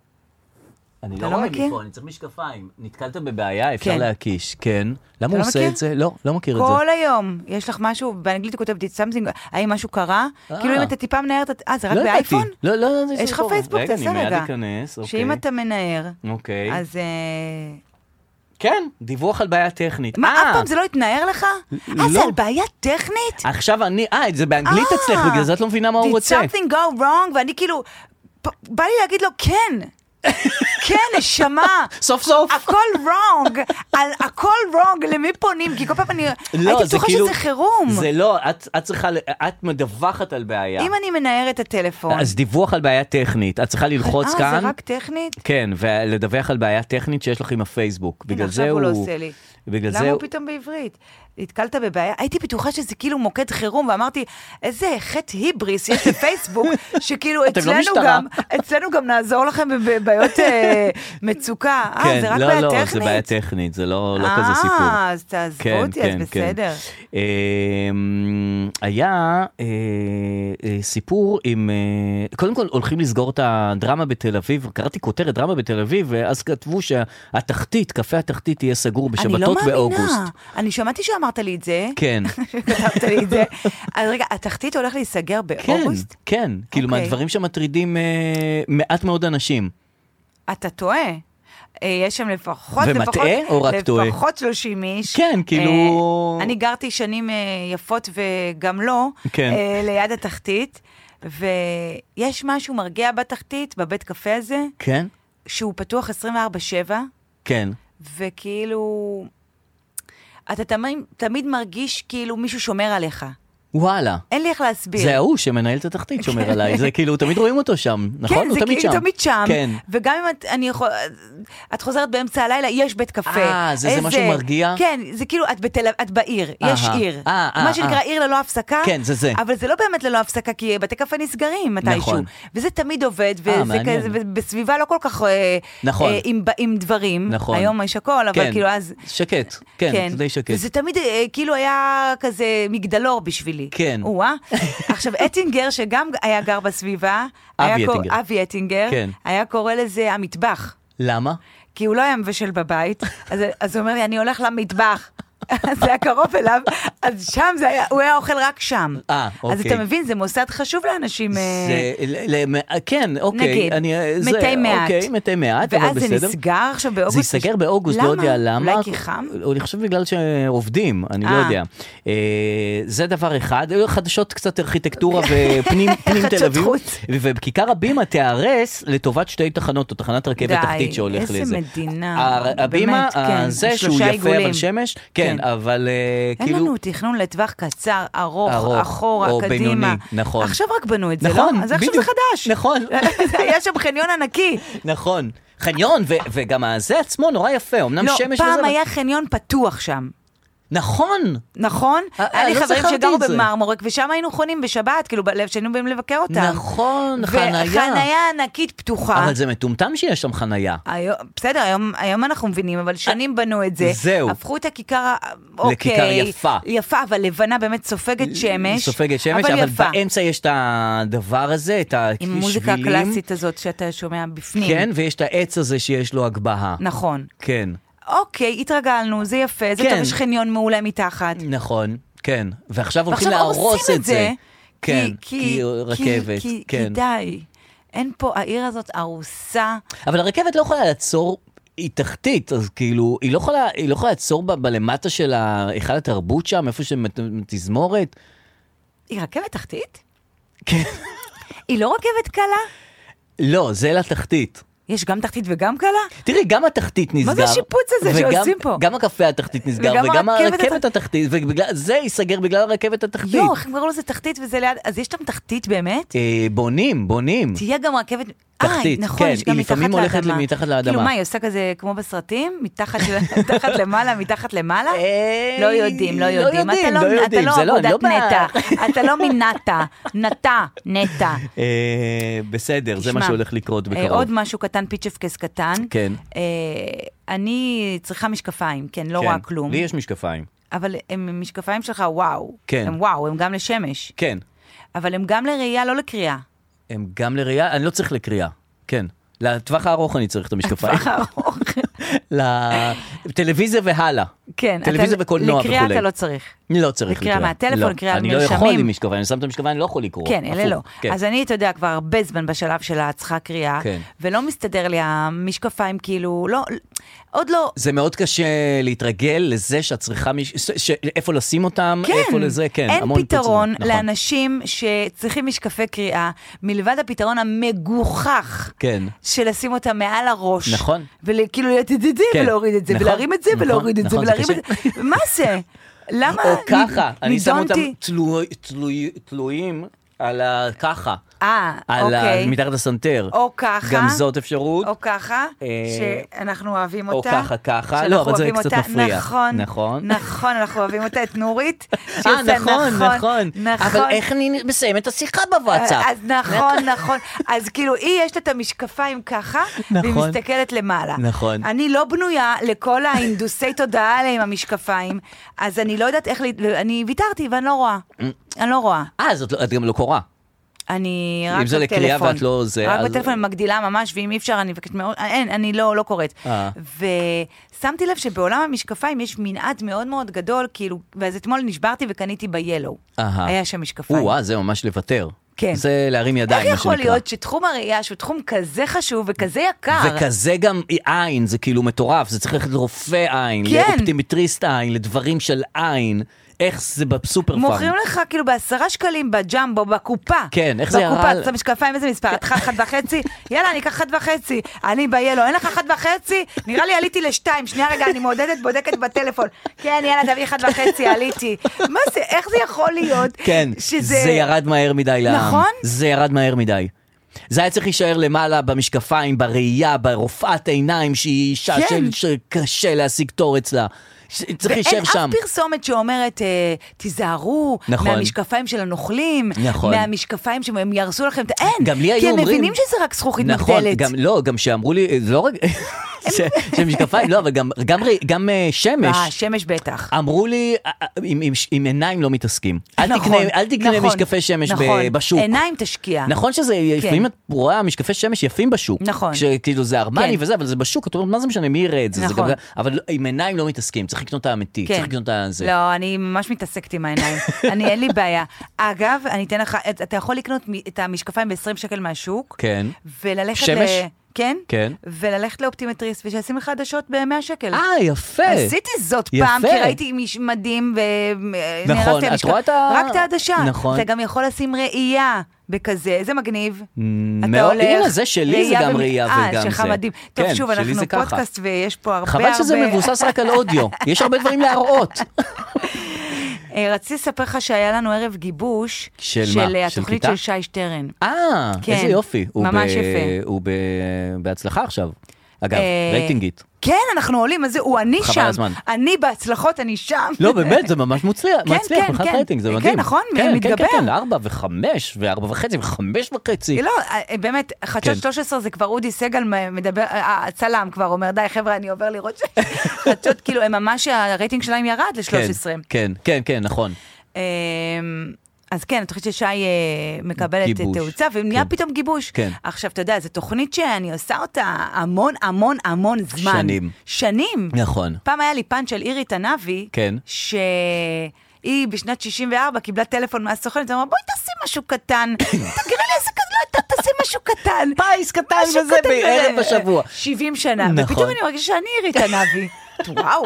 אני לא לא רואה מכיר? מפה, אני צריך משקפיים. נתקלת בבעיה, אפשר כן. להקיש. כן. למה הוא לא עושה מכיר? את זה? לא, לא מכיר את זה. כל היום, יש לך משהו, באנגלית הוא כותב, did something, האם משהו קרה? כאילו אם אתה טיפה מנער, אה, זה רק באייפון? לא, לא, לא. יש לך פייסבוק, תעשה רגע. רגע, אני מיד אכנס, אוקיי. שאם אתה מנער, אוקיי. אז... כן, דיווח על בעיה טכנית. מה, אף פעם זה לא התנער לך? אה, זה על בעיה טכנית? עכשיו אני, אה, זה באנגלית אצלך, בגלל זה את לא מבינה מה הוא רוצה. Did something go wrong? ואני כאילו, בא לי להגיד לו, כן. כן, נשמה. סוף סוף. הכל wrong. על הכל wrong, למי פונים? כי כל פעם אני, הייתי בטוחה שזה חירום. זה לא, את צריכה, את מדווחת על בעיה. אם אני מנער את הטלפון. אז דיווח על בעיה טכנית. את צריכה ללחוץ כאן. אה, זה רק טכנית? כן, ולדווח על בעיה טכנית שיש לך עם הפייסבוק. בגלל זה הוא... עכשיו הוא לא עושה לי. בגלל למה הוא פתאום בעברית? נתקלת בבעיה? הייתי בטוחה שזה כאילו מוקד חירום, ואמרתי, איזה חטא היבריס יש בפייסבוק, שכאילו אצלנו גם, אצלנו גם נעזור לכם בבעיות מצוקה. אה, זה רק בעיה טכנית? לא, לא, זה בעיה טכנית, זה לא כזה סיפור. אה, אז תעזבו אותי, אז בסדר. היה סיפור עם, קודם כל הולכים לסגור את הדרמה בתל אביב, קראתי כותרת דרמה בתל אביב, ואז כתבו שהתחתית, קפה התחתית תהיה סגור בשבתות באוגוסט. אני לא מאמינה. אני שמעתי שאמרת לי את זה. כן. כתבת לי את זה. אז רגע, התחתית הולך להיסגר באוגוסט? כן, כן. כאילו מהדברים שמטרידים מעט מאוד אנשים. אתה טועה. יש שם לפחות, ומטעה או רק טועה? לפחות שלושים איש. כן, כאילו... אני גרתי שנים יפות וגם לא, כן. ליד התחתית, ויש משהו מרגיע בתחתית, בבית קפה הזה, כן. שהוא פתוח עשרים וארבע שבע, כן. וכאילו, אתה תמיד, תמיד מרגיש כאילו מישהו שומר עליך. וואלה. אין לי איך להסביר. זה ההוא שמנהל את התחתית שומר עליי, זה כאילו, תמיד רואים אותו שם, נכון? כן, זה כאילו תמיד שם. כן. וגם אם את, אני יכול, את חוזרת באמצע הלילה, יש בית קפה. אה, זה, זה משהו מרגיע? כן, זה כאילו, את בתל, את בעיר, יש עיר. מה שנקרא עיר ללא הפסקה. כן, זה זה. אבל זה לא באמת ללא הפסקה, כי בתי קפה נסגרים מתישהו. נכון. וזה תמיד עובד, וזה כזה, בסביבה לא כל כך, נכון. עם דברים. נכון. היום יש הכל, אבל כאילו אז... שקט, כן, זה די שקט. וזה תמיד כאילו היה כזה מגדלור בשבילי. כן. עכשיו, אטינגר, שגם היה גר בסביבה, אבי אטינגר. אבי אטינגר, כן. היה קורא לזה המטבח. למה? כי הוא לא היה מבשל בבית, אז, אז הוא אומר לי, אני הולך למטבח. זה היה קרוב אליו, אז שם זה היה, הוא היה אוכל רק שם. אה, אוקיי. אז אתה מבין, זה מוסד חשוב לאנשים. זה, ל, כן, אוקיי. נגיד, אני, זה, מתי מעט. אוקיי, מתי מעט, אבל בסדר. ואז זה נסגר עכשיו באוגוסט. זה ייסגר באוגוסט, לא יודע למה. אולי כי חם? אני חושב בגלל שעובדים, אני לא יודע. זה דבר אחד, חדשות קצת ארכיטקטורה ופנים תל אביב. ובכיכר הבימה תיארס לטובת שתי תחנות, או תחנת רכבת תחתית שהולך לזה. די, איזה מדינה. הבימה, זה שהוא יפה אבל שמש, כן, אבל כאילו... אין לנו תכנון לטווח קצר, ארוך, אחורה, או קדימה. בינוני, נכון. עכשיו רק בנו את זה, נכון, לא? אז עכשיו זה חדש. נכון. היה שם חניון ענקי. נכון. חניון, וגם הזה עצמו נורא יפה, אמנם שמש וזה... לא, פעם היה חניון פתוח שם. נכון. נכון? היה לי לא חברים זכרתי שגרו את זה. במרמורק, ושם היינו חונים בשבת, כאילו בלב שהיינו באים לבקר אותם. נכון, חנייה. וחנייה ענקית פתוחה. אבל זה מטומטם שיש שם חנייה. היום, בסדר, היום, היום אנחנו מבינים, אבל שנים בנו את זה. זהו. הפכו את הכיכר, אוקיי. לכיכר יפה. יפה, אבל לבנה באמת סופגת שמש. סופגת שמש, אבל, אבל יפה. באמצע יש את הדבר הזה, את השבילים. עם מוזיקה הקלאסית הזאת שאתה שומע בפנים. כן, ויש את העץ הזה שיש לו הגבהה. נכון. כן. אוקיי, התרגלנו, זה יפה, זה כן. טוב, יש חניון מעולה מתחת. נכון, כן. ועכשיו הולכים ועכשיו להרוס עושים את זה. כן, כי, כי, רכבת, כי, כן. כי די. אין פה, העיר הזאת ארוסה. אבל הרכבת לא יכולה לעצור, היא תחתית, אז כאילו, היא לא יכולה, היא לא יכולה לעצור ב- בלמטה של היכל התרבות שם, איפה שמתזמורת. היא רכבת תחתית? כן. היא לא רכבת קלה? לא, זה לתחתית. יש גם תחתית וגם קלה? תראי, גם התחתית נסגר. מה זה השיפוץ הזה וגם, שעושים פה? גם הקפה התחתית נסגר, וגם וגם הרכבת הרכבת הת... התחתית, וזה ייסגר בגלל הרכבת התחתית. יו, איך קראו לזה תחתית וזה ליד, אז יש שם תחתית באמת? אה, בונים, בונים. תהיה גם רכבת... תחתית, אה, נכון, כן, יש גם היא מתחת לפעמים הולכת לאדמה. מתחת לאדמה. כאילו מה, היא עושה כזה כמו בסרטים? מתחת, מתחת למעלה, מתחת למעלה? לא יודעים, לא יודעים. לא יודעים, אתה לא לא, יודעים. אתה זה לא לא, עבודת לא נטע. אתה לא מנטה. נטה, נטע. אה, בסדר, זה מה שהולך לקרות בקרוב. עוד משהו קטן, פיצ'פקס קטן. כן. אני צריכה משקפיים, כן, לא רואה כלום. לי יש משקפיים. אבל הם משקפיים שלך, וואו. כן. הם וואו, הם גם לשמש. כן. אבל הם גם לראייה, לא לקריאה. הם גם לראייה, אני לא צריך לקריאה. כן. לטווח הארוך אני צריך את המשקפיים. לטווח הארוך. לטלוויזיה והלאה. כן. טלוויזיה וקולנוע וכו'. לקריאה אתה לא צריך. לא צריך לקריאה. לקריאה מהטלפון, לקריאה אני מרשמים. לא יכול עם משקפיים, אני שם את המשקפיים, אני לא יכול לקרוא. כן, אלה לא. אז אני, אתה יודע, כבר הרבה זמן בשלב של הצריכה קריאה, ולא מסתדר לי המשקפיים, כאילו, לא, עוד לא... זה מאוד קשה להתרגל לזה שאת צריכה, איפה לשים אותם, איפה לזה, כן. אין פתרון לאנשים שצריכים משקפי קריאה, מלבד הפתרון המגוחך של לשים אותם מעל הראש. נכון. וכאילו ולהוריד את זה, ולהרים את זה, ולהוריד את זה, ולהרים את זה. מה זה? למה? או ככה, אני שם אותם תלויים על ככה. אה, אוקיי. מתחת לסנטר. או ככה. גם זאת אפשרות. או ככה, שאנחנו אוהבים אותה. או ככה, ככה. לא, אבל זה קצת מפריע. נכון, נכון. נכון, אנחנו אוהבים אותה, את נורית. אה, נכון, נכון. אבל איך אני מסיים את השיחה בוואטסאפ? אז נכון, נכון. אז כאילו, היא יש לה את המשקפיים ככה, והיא מסתכלת למעלה. נכון. אני לא בנויה לכל ההינדוסי תודעה עליהם המשקפיים, אז אני לא יודעת איך, אני ויתרתי ואני לא רואה. אני לא רואה. אה, אז את גם לא קוראה. אני רק אם זה לקריאה ואת לא זה... רק בטלפון אני מגדילה ממש, ואם אי אפשר אני מבקשת מאוד, אין, אני לא, לא קוראת. ושמתי לב שבעולם המשקפיים יש מנעד מאוד מאוד גדול, כאילו, ואז אתמול נשברתי וקניתי ב-Yellow. היה שם משקפיים. וואה, זה ממש לוותר. כן. זה להרים ידיים, מה איך שנקרא. יכול להיות שתחום הראייה, שהוא תחום כזה חשוב וכזה יקר? וכזה גם עין, זה כאילו מטורף, זה צריך ללכת לרופא עין, כן. לאופטימטריסט עין, לדברים של עין, איך זה בסופר פארם. מוכרים לך כאילו בעשרה שקלים בג'מבו, בקופה. כן, איך זה ירד? בקופה, אתה משקפיים, איזה מספר? את אחת וחצי? יאללה, אני אקח אחת וחצי. אני ביאלו, אין לך אחת וחצי? נראה לי עליתי לשתיים, שנייה רגע, אני מעודדת, בודקת בטלפון. כן, יאללה, תביא אחת וחצי, עליתי. מה זה, איך זה יכול להיות? כן, שזה... זה ירד מהר מדי לעם. נכון? זה ירד מהר מדי. זה היה צריך להישאר למעלה במשקפיים, בראייה, ברופאת עיניים, שהיא אישה כן. של, שקשה להשיג תור אצלה. צריך להישאר שם. ואין אף פרסומת שאומרת, אה, תיזהרו, נכון. מהמשקפיים של הנוכלים, נכון. מהמשקפיים שהם ירסו לכם, אין, גם לי היו כי הם אומרים- מבינים שזה רק זכוכית נכון, מגדלת. גם, לא, גם שאמרו לי, זה לא רק, ש- שמשקפיים, לא, אבל גם, גם, גם אה, שמש, אה, שמש בטח. אמרו לי, אה, אה, עם, עם, עם עיניים לא מתעסקים. אל נכון, תקנה, אל תקנה נכון, משקפי שמש ב- נכון. בשוק. עיניים תשקיע. נכון שזה, לפעמים את רואה משקפי שמש יפים בשוק. נכון. שכאילו זה ארמני כן. וזה, אבל זה בשוק, את אומרת, מה זה משנה, מי יראה את זה? זה נכון. גם- אבל עם עיניים לא מתעסקים, צריך לקנות את האמיתי, כן. צריך לקנות את זה. לא, אני ממש מתעסקת עם העיניים. אני, אין לי בעיה. אגב, אני אתן לך, את- אתה יכול לקנות מ- את המשקפיים ב-עשרים שקל מהשוק, כן. וללכת שמש? ל... כן? כן. וללכת לאופטימטריסט, ושישים לך עדשות ב-מאה שקל. אה, יפה. עשיתי זאת יפה. פעם, כי ראיתי מיש- מדים ו... נכון, נהרסתי את המשקף- רואה את ה- רק את העדשה. נכון. אתה גם יכול לשים ראייה בכזה, זה מגניב. אתה מאוד, הולך, הנה, זה שלי זה גם במ- ראייה אה, וגם שלך זה. מדהים. טוב, כן, שוב, שלי אנחנו זה ככה. פודקאסט ויש פה הרבה חבל שזה הרבה- מבוסס רק על אודיו, יש הרבה דברים להראות. אה, רציתי לספר לך שהיה לנו ערב גיבוש של מה? של אה, של התוכנית כיתה? של שי שטרן. אה, כן, איזה יופי. הוא ממש ב- יפה. הוא ב- בהצלחה עכשיו. אגב, אה, רייטינגית. כן, אנחנו עולים, אז זה- הוא אני חבל שם. הזמן. אני בהצלחות, אני שם. לא, באמת, זה ממש מוצליח, כן, מצליח, כן, מבחינת כן. רייטינג, זה כן, מדהים. נכון, כן, מתגבר. כן, כן, ארבע וחמש, וארבע וחצי, וחמש וחצי. לא, אה, באמת, חדשות כן. שלוש עשרה זה כבר אודי סגל מדבר, אה, הצלם כבר אומר, די חבר'ה, אני עובר לראות ש... חדשות, כאילו, הם ממש, הרייטינג שלהם ירד ל-שלוש עשרה. כן, כן, כן, נכון. אמ, אז כן, התוכנית ששי אה, מקבלת גיבוש. תאוצה, ונהיה כן. פתאום גיבוש. כן. עכשיו, אתה יודע, זו תוכנית שאני עושה אותה המון, המון, המון זמן. שנים. שנים. נכון. פעם היה לי פאנץ' של אירי תנאבי, כן. שהיא בשנת שישים וארבע קיבלה טלפון מהסוכנת, אמרה, בואי תעשי משהו קטן. תגידי לי איזה כזה, לא, ת- תעשי משהו קטן. פיס קטן משהו וזה קטן, בערב אה, בשבוע. שבעים שנה. נכון. ופתאום אני מרגישה שאני אירי תנאבי. וואו.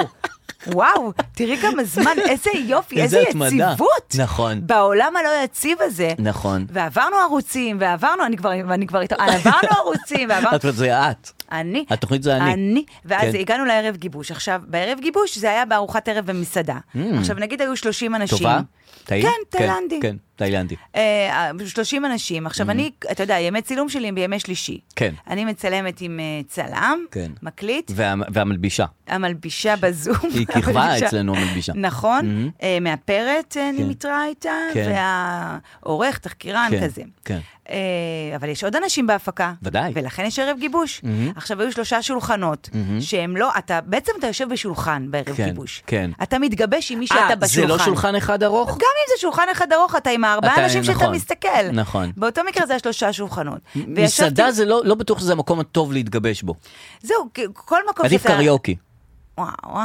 וואו, תראי כמה זמן, איזה יופי, איזה איזה התמדה. יציבות. נכון. בעולם הלא יציב הזה. נכון. ועברנו ערוצים, ועברנו, אני כבר, אני כבר איתו, עברנו ערוצים, ועברנו... את אומרת, זה את. אני. התוכנית זה אני. אני. ואז כן. הגענו לערב גיבוש. עכשיו, בערב גיבוש זה היה בארוחת ערב במסעדה. עכשיו, נגיד היו שלושים אנשים. טובה? טעים? כן, תאילנדי. כן, תאילנדי. אה, שלושים אנשים. עכשיו, אני, אתה יודע, ימי צילום שלי הם בימי שלישי. כן. אני מצלמת עם אה, צלם, כן. מקליט, וה- והמלבישה. המלבישה בזום. היא כיכבה המלבישה. אצלנו, המלבישה. נכון, אה, מאפרת אה, אני כן. מתראה איתה, כן. והעורך, תחקירן כן, כזה. כן. אה, אבל יש עוד אנשים בהפקה. ודאי. ולכן יש ערב גיבוש. עכשיו, היו שלושה שולחנות, שהם לא, אתה, בעצם אתה יושב בשולחן בערב כן, גיבוש. כן. אתה מתגבש עם מי שאתה אה, בשולחן. זה לא שולחן אחד ארוך? גם אם זה שולחן אחד ארוך, אתה עם ארבעה אתה- אנשים שאתה נכון, מסתכל. נכון. באותו מקרה זה היה שלושה שולחנות. מסעדה וישבתי- זה לא לא בטוח שזה המקום הטוב להתגבש בו. זהו, כי כל מקום עדיף קריוקי. וואו,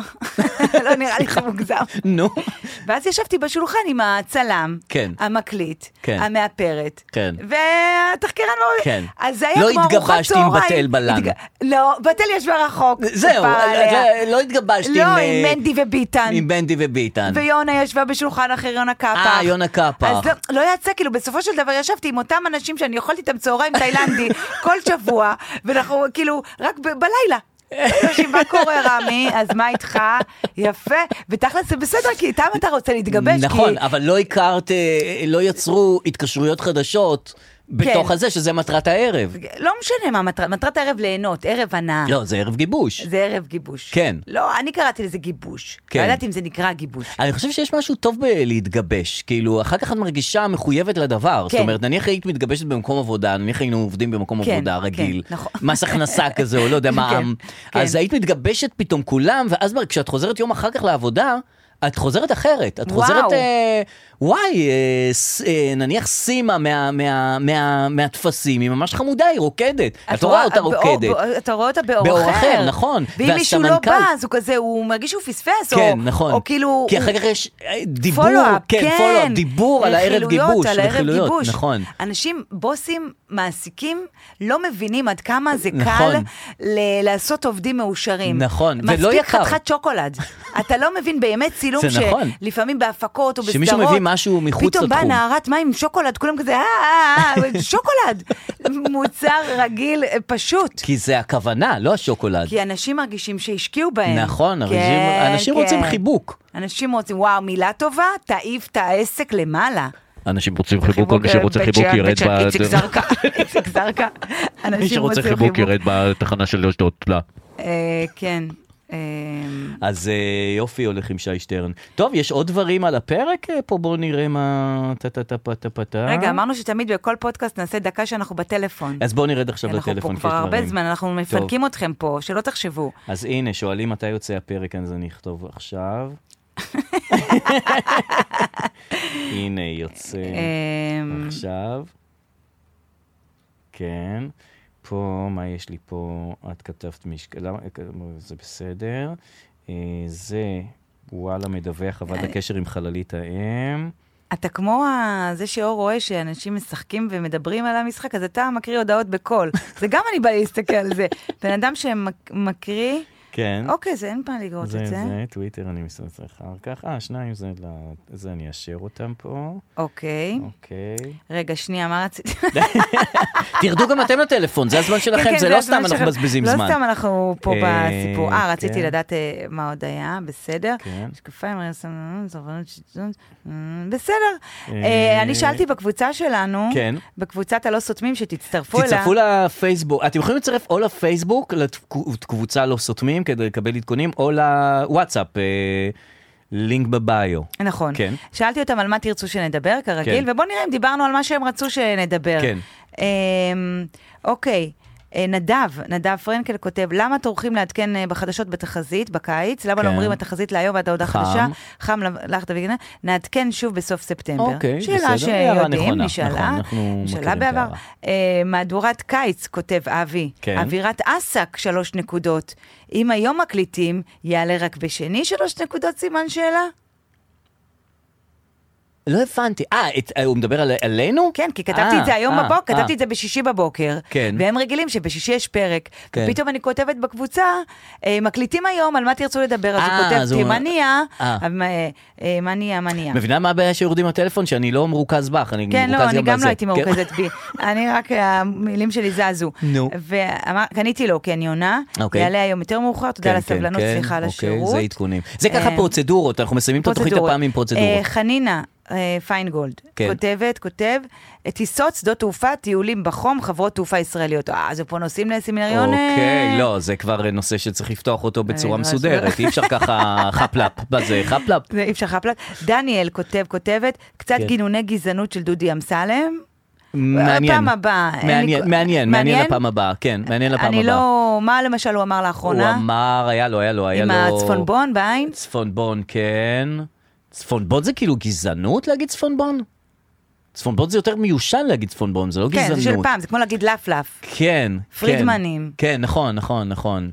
לא נראה לי לך מוגזם. נו. ואז ישבתי בשולחן עם הצלם, כן. המקליט, כן. המאפרת, כן. והתחקירן לא... כן. אז זה היה לא כמו ארוחת התגבשתי עם צהריים. בתל בלן. התג- לא, בתל ישבה רחוק. זהו, כפרה עליה. זה- לא התגבשתי לא, עם... עם אה, מנדי וביטן. עם בנדי וביטן. ויונה ישבה בשולחן אחר, יונה קפח. אה, יונה קפח. אז לא, לא יצא, כאילו, בסופו של דבר ישבתי עם אותם אנשים שאני אוכלת איתם צהריים תאילנדי כל שבוע, ואנחנו כאילו, רק ב- בלילה. יושבים, מה קורה רמי? אז מה איתך? יפה. ותכל'ס זה בסדר, כי איתם אתה רוצה להתגבש. נכון, כי... אבל לא הכרת, אה, לא יצרו התקשרויות חדשות בתוך הזה, שזה מטרת הערב. לא משנה מה מטרת, מטרת הערב ליהנות, ערב הנאה. לא, זה ערב גיבוש. זה ערב גיבוש. כן. לא, אני קראתי לזה גיבוש. כן. לא יודעת אם זה נקרא גיבוש. אני חושב שיש משהו טוב בלהתגבש, כאילו, אחר כך את מרגישה מחויבת לדבר. כן. זאת אומרת, נניח היית מתגבשת במקום עבודה, נניח היינו עובדים במקום כן, עבודה כן, רגיל, נכון. מס הכנסה כזה, או לא יודע מה, כן, כן. אז היית מתגבשת פתאום כולם, ואז כשאת חוזרת יום אחר כך לעבודה, את חוזרת אחרת, את חוזרת, אה, וואי, אה, ס, אה, נניח סימה מה, מה, מה, מהתפסים, היא ממש חמודה, היא רוקדת. את לא רואה אותה רוקדת. אתה רואה אותה באור באור אחר. אחר, נכון. ואם מישהו לא בא, אז הוא כזה, הוא מרגיש שהוא פספס, כן, או, נכון. או כאילו... כי אחר כך יש דיבור, פולו-אפ, כן, כן. פולו-אפ, דיבור על הערב גיבוש. על הערב גיבוש. נכון. אנשים, בוסים, מעסיקים, לא מבינים עד כמה זה נכון. קל ל- לעשות עובדים מאושרים. נכון, ולא מספיק יקר. חתיכת שוקולד. אתה לא מבין באמת צילום זה נכון. שלפעמים בהפקות או בסדרות. שמישהו מביא משהו מחוץ פתאום באה לתחום. נערת מים עם שוקולד, כולם כזה, אה, אה, אה, שוקולד. מוצר רגיל, אה, פשוט. כי זה הכוונה, לא השוקולד. כי אנשים מרגישים שהשקיעו בהם. נכון, כן, אנשים, אנשים כן. רוצים חיבוק. אנשים רוצים, וואו, מילה טובה, תעיף את העסק למעלה. אנשים רוצים חיבוק, כל מי שרוצה חיבוק ירד ב... איציק זרקה, איציק זרקה. מי שרוצה חיבוק ירד בתחנה של אשדוד. כן. אז יופי, הולך עם שי שטרן. טוב, יש עוד דברים על הפרק? פה בואו נראה מה... רגע, אמרנו שתמיד בכל פודקאסט נעשה דקה שאנחנו בטלפון. אז בואו נרד עכשיו לטלפון. אנחנו פה כבר הרבה זמן, אנחנו מפנקים אתכם פה, שלא תחשבו. אז הנה, שואלים מתי יוצא הפרק, אז אני אכתוב עכשיו. הנה, יוצא עכשיו. כן. פה, מה יש לי פה? את כתבת משקל, זה בסדר. זה, וואלה, מדווח עבד הקשר עם חללית האם. אתה כמו זה שאור רואה שאנשים משחקים ומדברים על המשחק, אז אתה מקריא הודעות בקול. זה גם אני באה להסתכל על זה. בן אדם שמקריא... כן. אוקיי, זה אין פעם לגרות את זה. זה, זה, טוויטר אני מסתכל אחר כך. אה, שניים, זה, זה אני אשר אותם פה. אוקיי. אוקיי. רגע, שנייה, מה רציתי? תרדו גם אתם לטלפון, זה הזמן שלכם, זה לא סתם אנחנו מבזבזים זמן. לא סתם אנחנו פה בסיפור. אה, רציתי לדעת מה עוד היה, בסדר. שקפיים, בסדר. אני שאלתי בקבוצה שלנו, בקבוצת הלא סותמים, שתצטרפו אליה. תצטרפו לפייסבוק. אתם יכולים לצרף או לפייסבוק, לקבוצה לא סותמים, כדי לקבל עדכונים, או לוואטסאפ, לינק בביו. נכון. כן. שאלתי אותם על מה תרצו שנדבר, כרגיל, ובוא נראה אם דיברנו על מה שהם רצו שנדבר. כן. אוקיי. נדב, נדב פרנקל כותב, למה טורחים לעדכן בחדשות בתחזית, בקיץ? למה לא אומרים התחזית להיום ועד ההודעה חדשה? חם לך דוד, נעדכן שוב בסוף ספטמבר. שאלה שיודעים, נשאלה, נשאלה בעבר. מהדורת קיץ, כותב אבי, אווירת עסק, שלוש נקודות. אם היום מקליטים, יעלה רק בשני שלוש נקודות סימן שאלה? לא הבנתי. אה, הוא מדבר עלינו? כן, כי כתבתי את זה היום בבוקר, כתבתי את זה בשישי בבוקר, והם רגילים שבשישי יש פרק, ופתאום אני כותבת בקבוצה, מקליטים היום על מה תרצו לדבר, אז הוא כותב תימניה, מניה, מניה. מבינה מה הבעיה שיורדים הטלפון? שאני לא מרוכז בך, אני מרוכז כן, גם לא, בזה. אני גם לא הייתי מרוכזת בי, אני רק, המילים שלי זזו. וקניתי לו, כי אני עונה, יעלה היום יותר מאוחר, תודה על הסבלנות, סליחה על השירות. זה עדכונים. זה ככה פרוצדורות, אנחנו מסיימים את התוכנית הפעם עם פרוצדורות. חנינה פיינגולד, כותבת, כותב, טיסות, שדות תעופה, טיולים בחום, חברות תעופה ישראליות. אה, זה פה נוסעים לסמינריון? אוקיי, לא, זה כבר נושא שצריך לפתוח אותו בצורה מסודרת, אי אפשר ככה חפלאפ, בזה חפלאפ. אי אפשר חפלאפ. דניאל כותב, כותבת, קצת גינוני גזענות של דודי אמסלם. מעניין, הפעם הבאה. מעניין, מעניין לפעם הבאה, כן, מעניין לפעם הבאה. אני לא, מה למשל הוא אמר לאחרונה? הוא אמר, היה לו, היה לו, היה לו. עם הצפונבון בעין? צפונבון, כן. צפונבון זה כאילו גזענות להגיד צפונבון? צפונבון זה יותר מיושן להגיד צפונבון, זה לא גזענות. כן, זה של פעם, זה כמו להגיד לפלף. כן. פרידמנים. כן, נכון, נכון, נכון.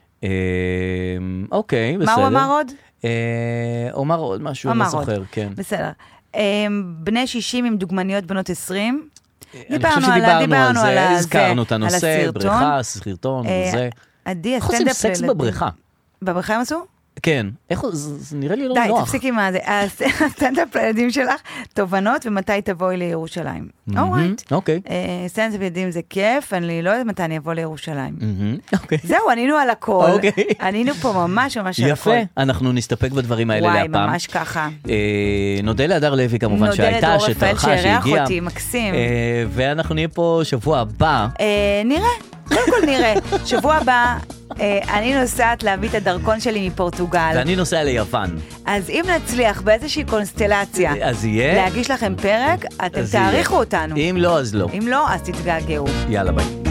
אוקיי, בסדר. מה הוא אמר עוד? הוא אמר עוד משהו, אני לא זוכר, כן. בסדר. בני שישים עם דוגמניות בנות עשרים. אני חושב שדיברנו על זה, הזכרנו את הנושא, בריכה, סרטון וזה. עדי, איך עושים סקס בבריכה? בבריכה הם עשו? כן, איך, זה נראה לי לא די, נוח. די, תפסיקי מה זה. הסטנדאפ לילדים שלך, תובנות ומתי תבואי לירושלים. אורייט. אוקיי. סטנדאפ לילדים זה כיף, אני לא יודעת מתי אני אבוא לירושלים. זהו, ענינו על הכל. ענינו פה ממש ממש על הכל. יפה, אנחנו נסתפק בדברים האלה להפעם. וואי, ממש ככה. נודה להדר לוי כמובן שהייתה, שטרחה, שהגיעה. נודה לדור רפאל, שאירח אותי, מקסים. ואנחנו נהיה פה שבוע הבא. נראה. קודם כל נראה, שבוע הבא אני נוסעת להביא את הדרכון שלי מפורטוגל. ואני נוסע ליוון. אז אם נצליח באיזושהי קונסטלציה אז יהיה להגיש לכם פרק, אתם תאריכו אותנו. אם לא, אז לא. אם לא, אז תתגעגעו. יאללה, ביי.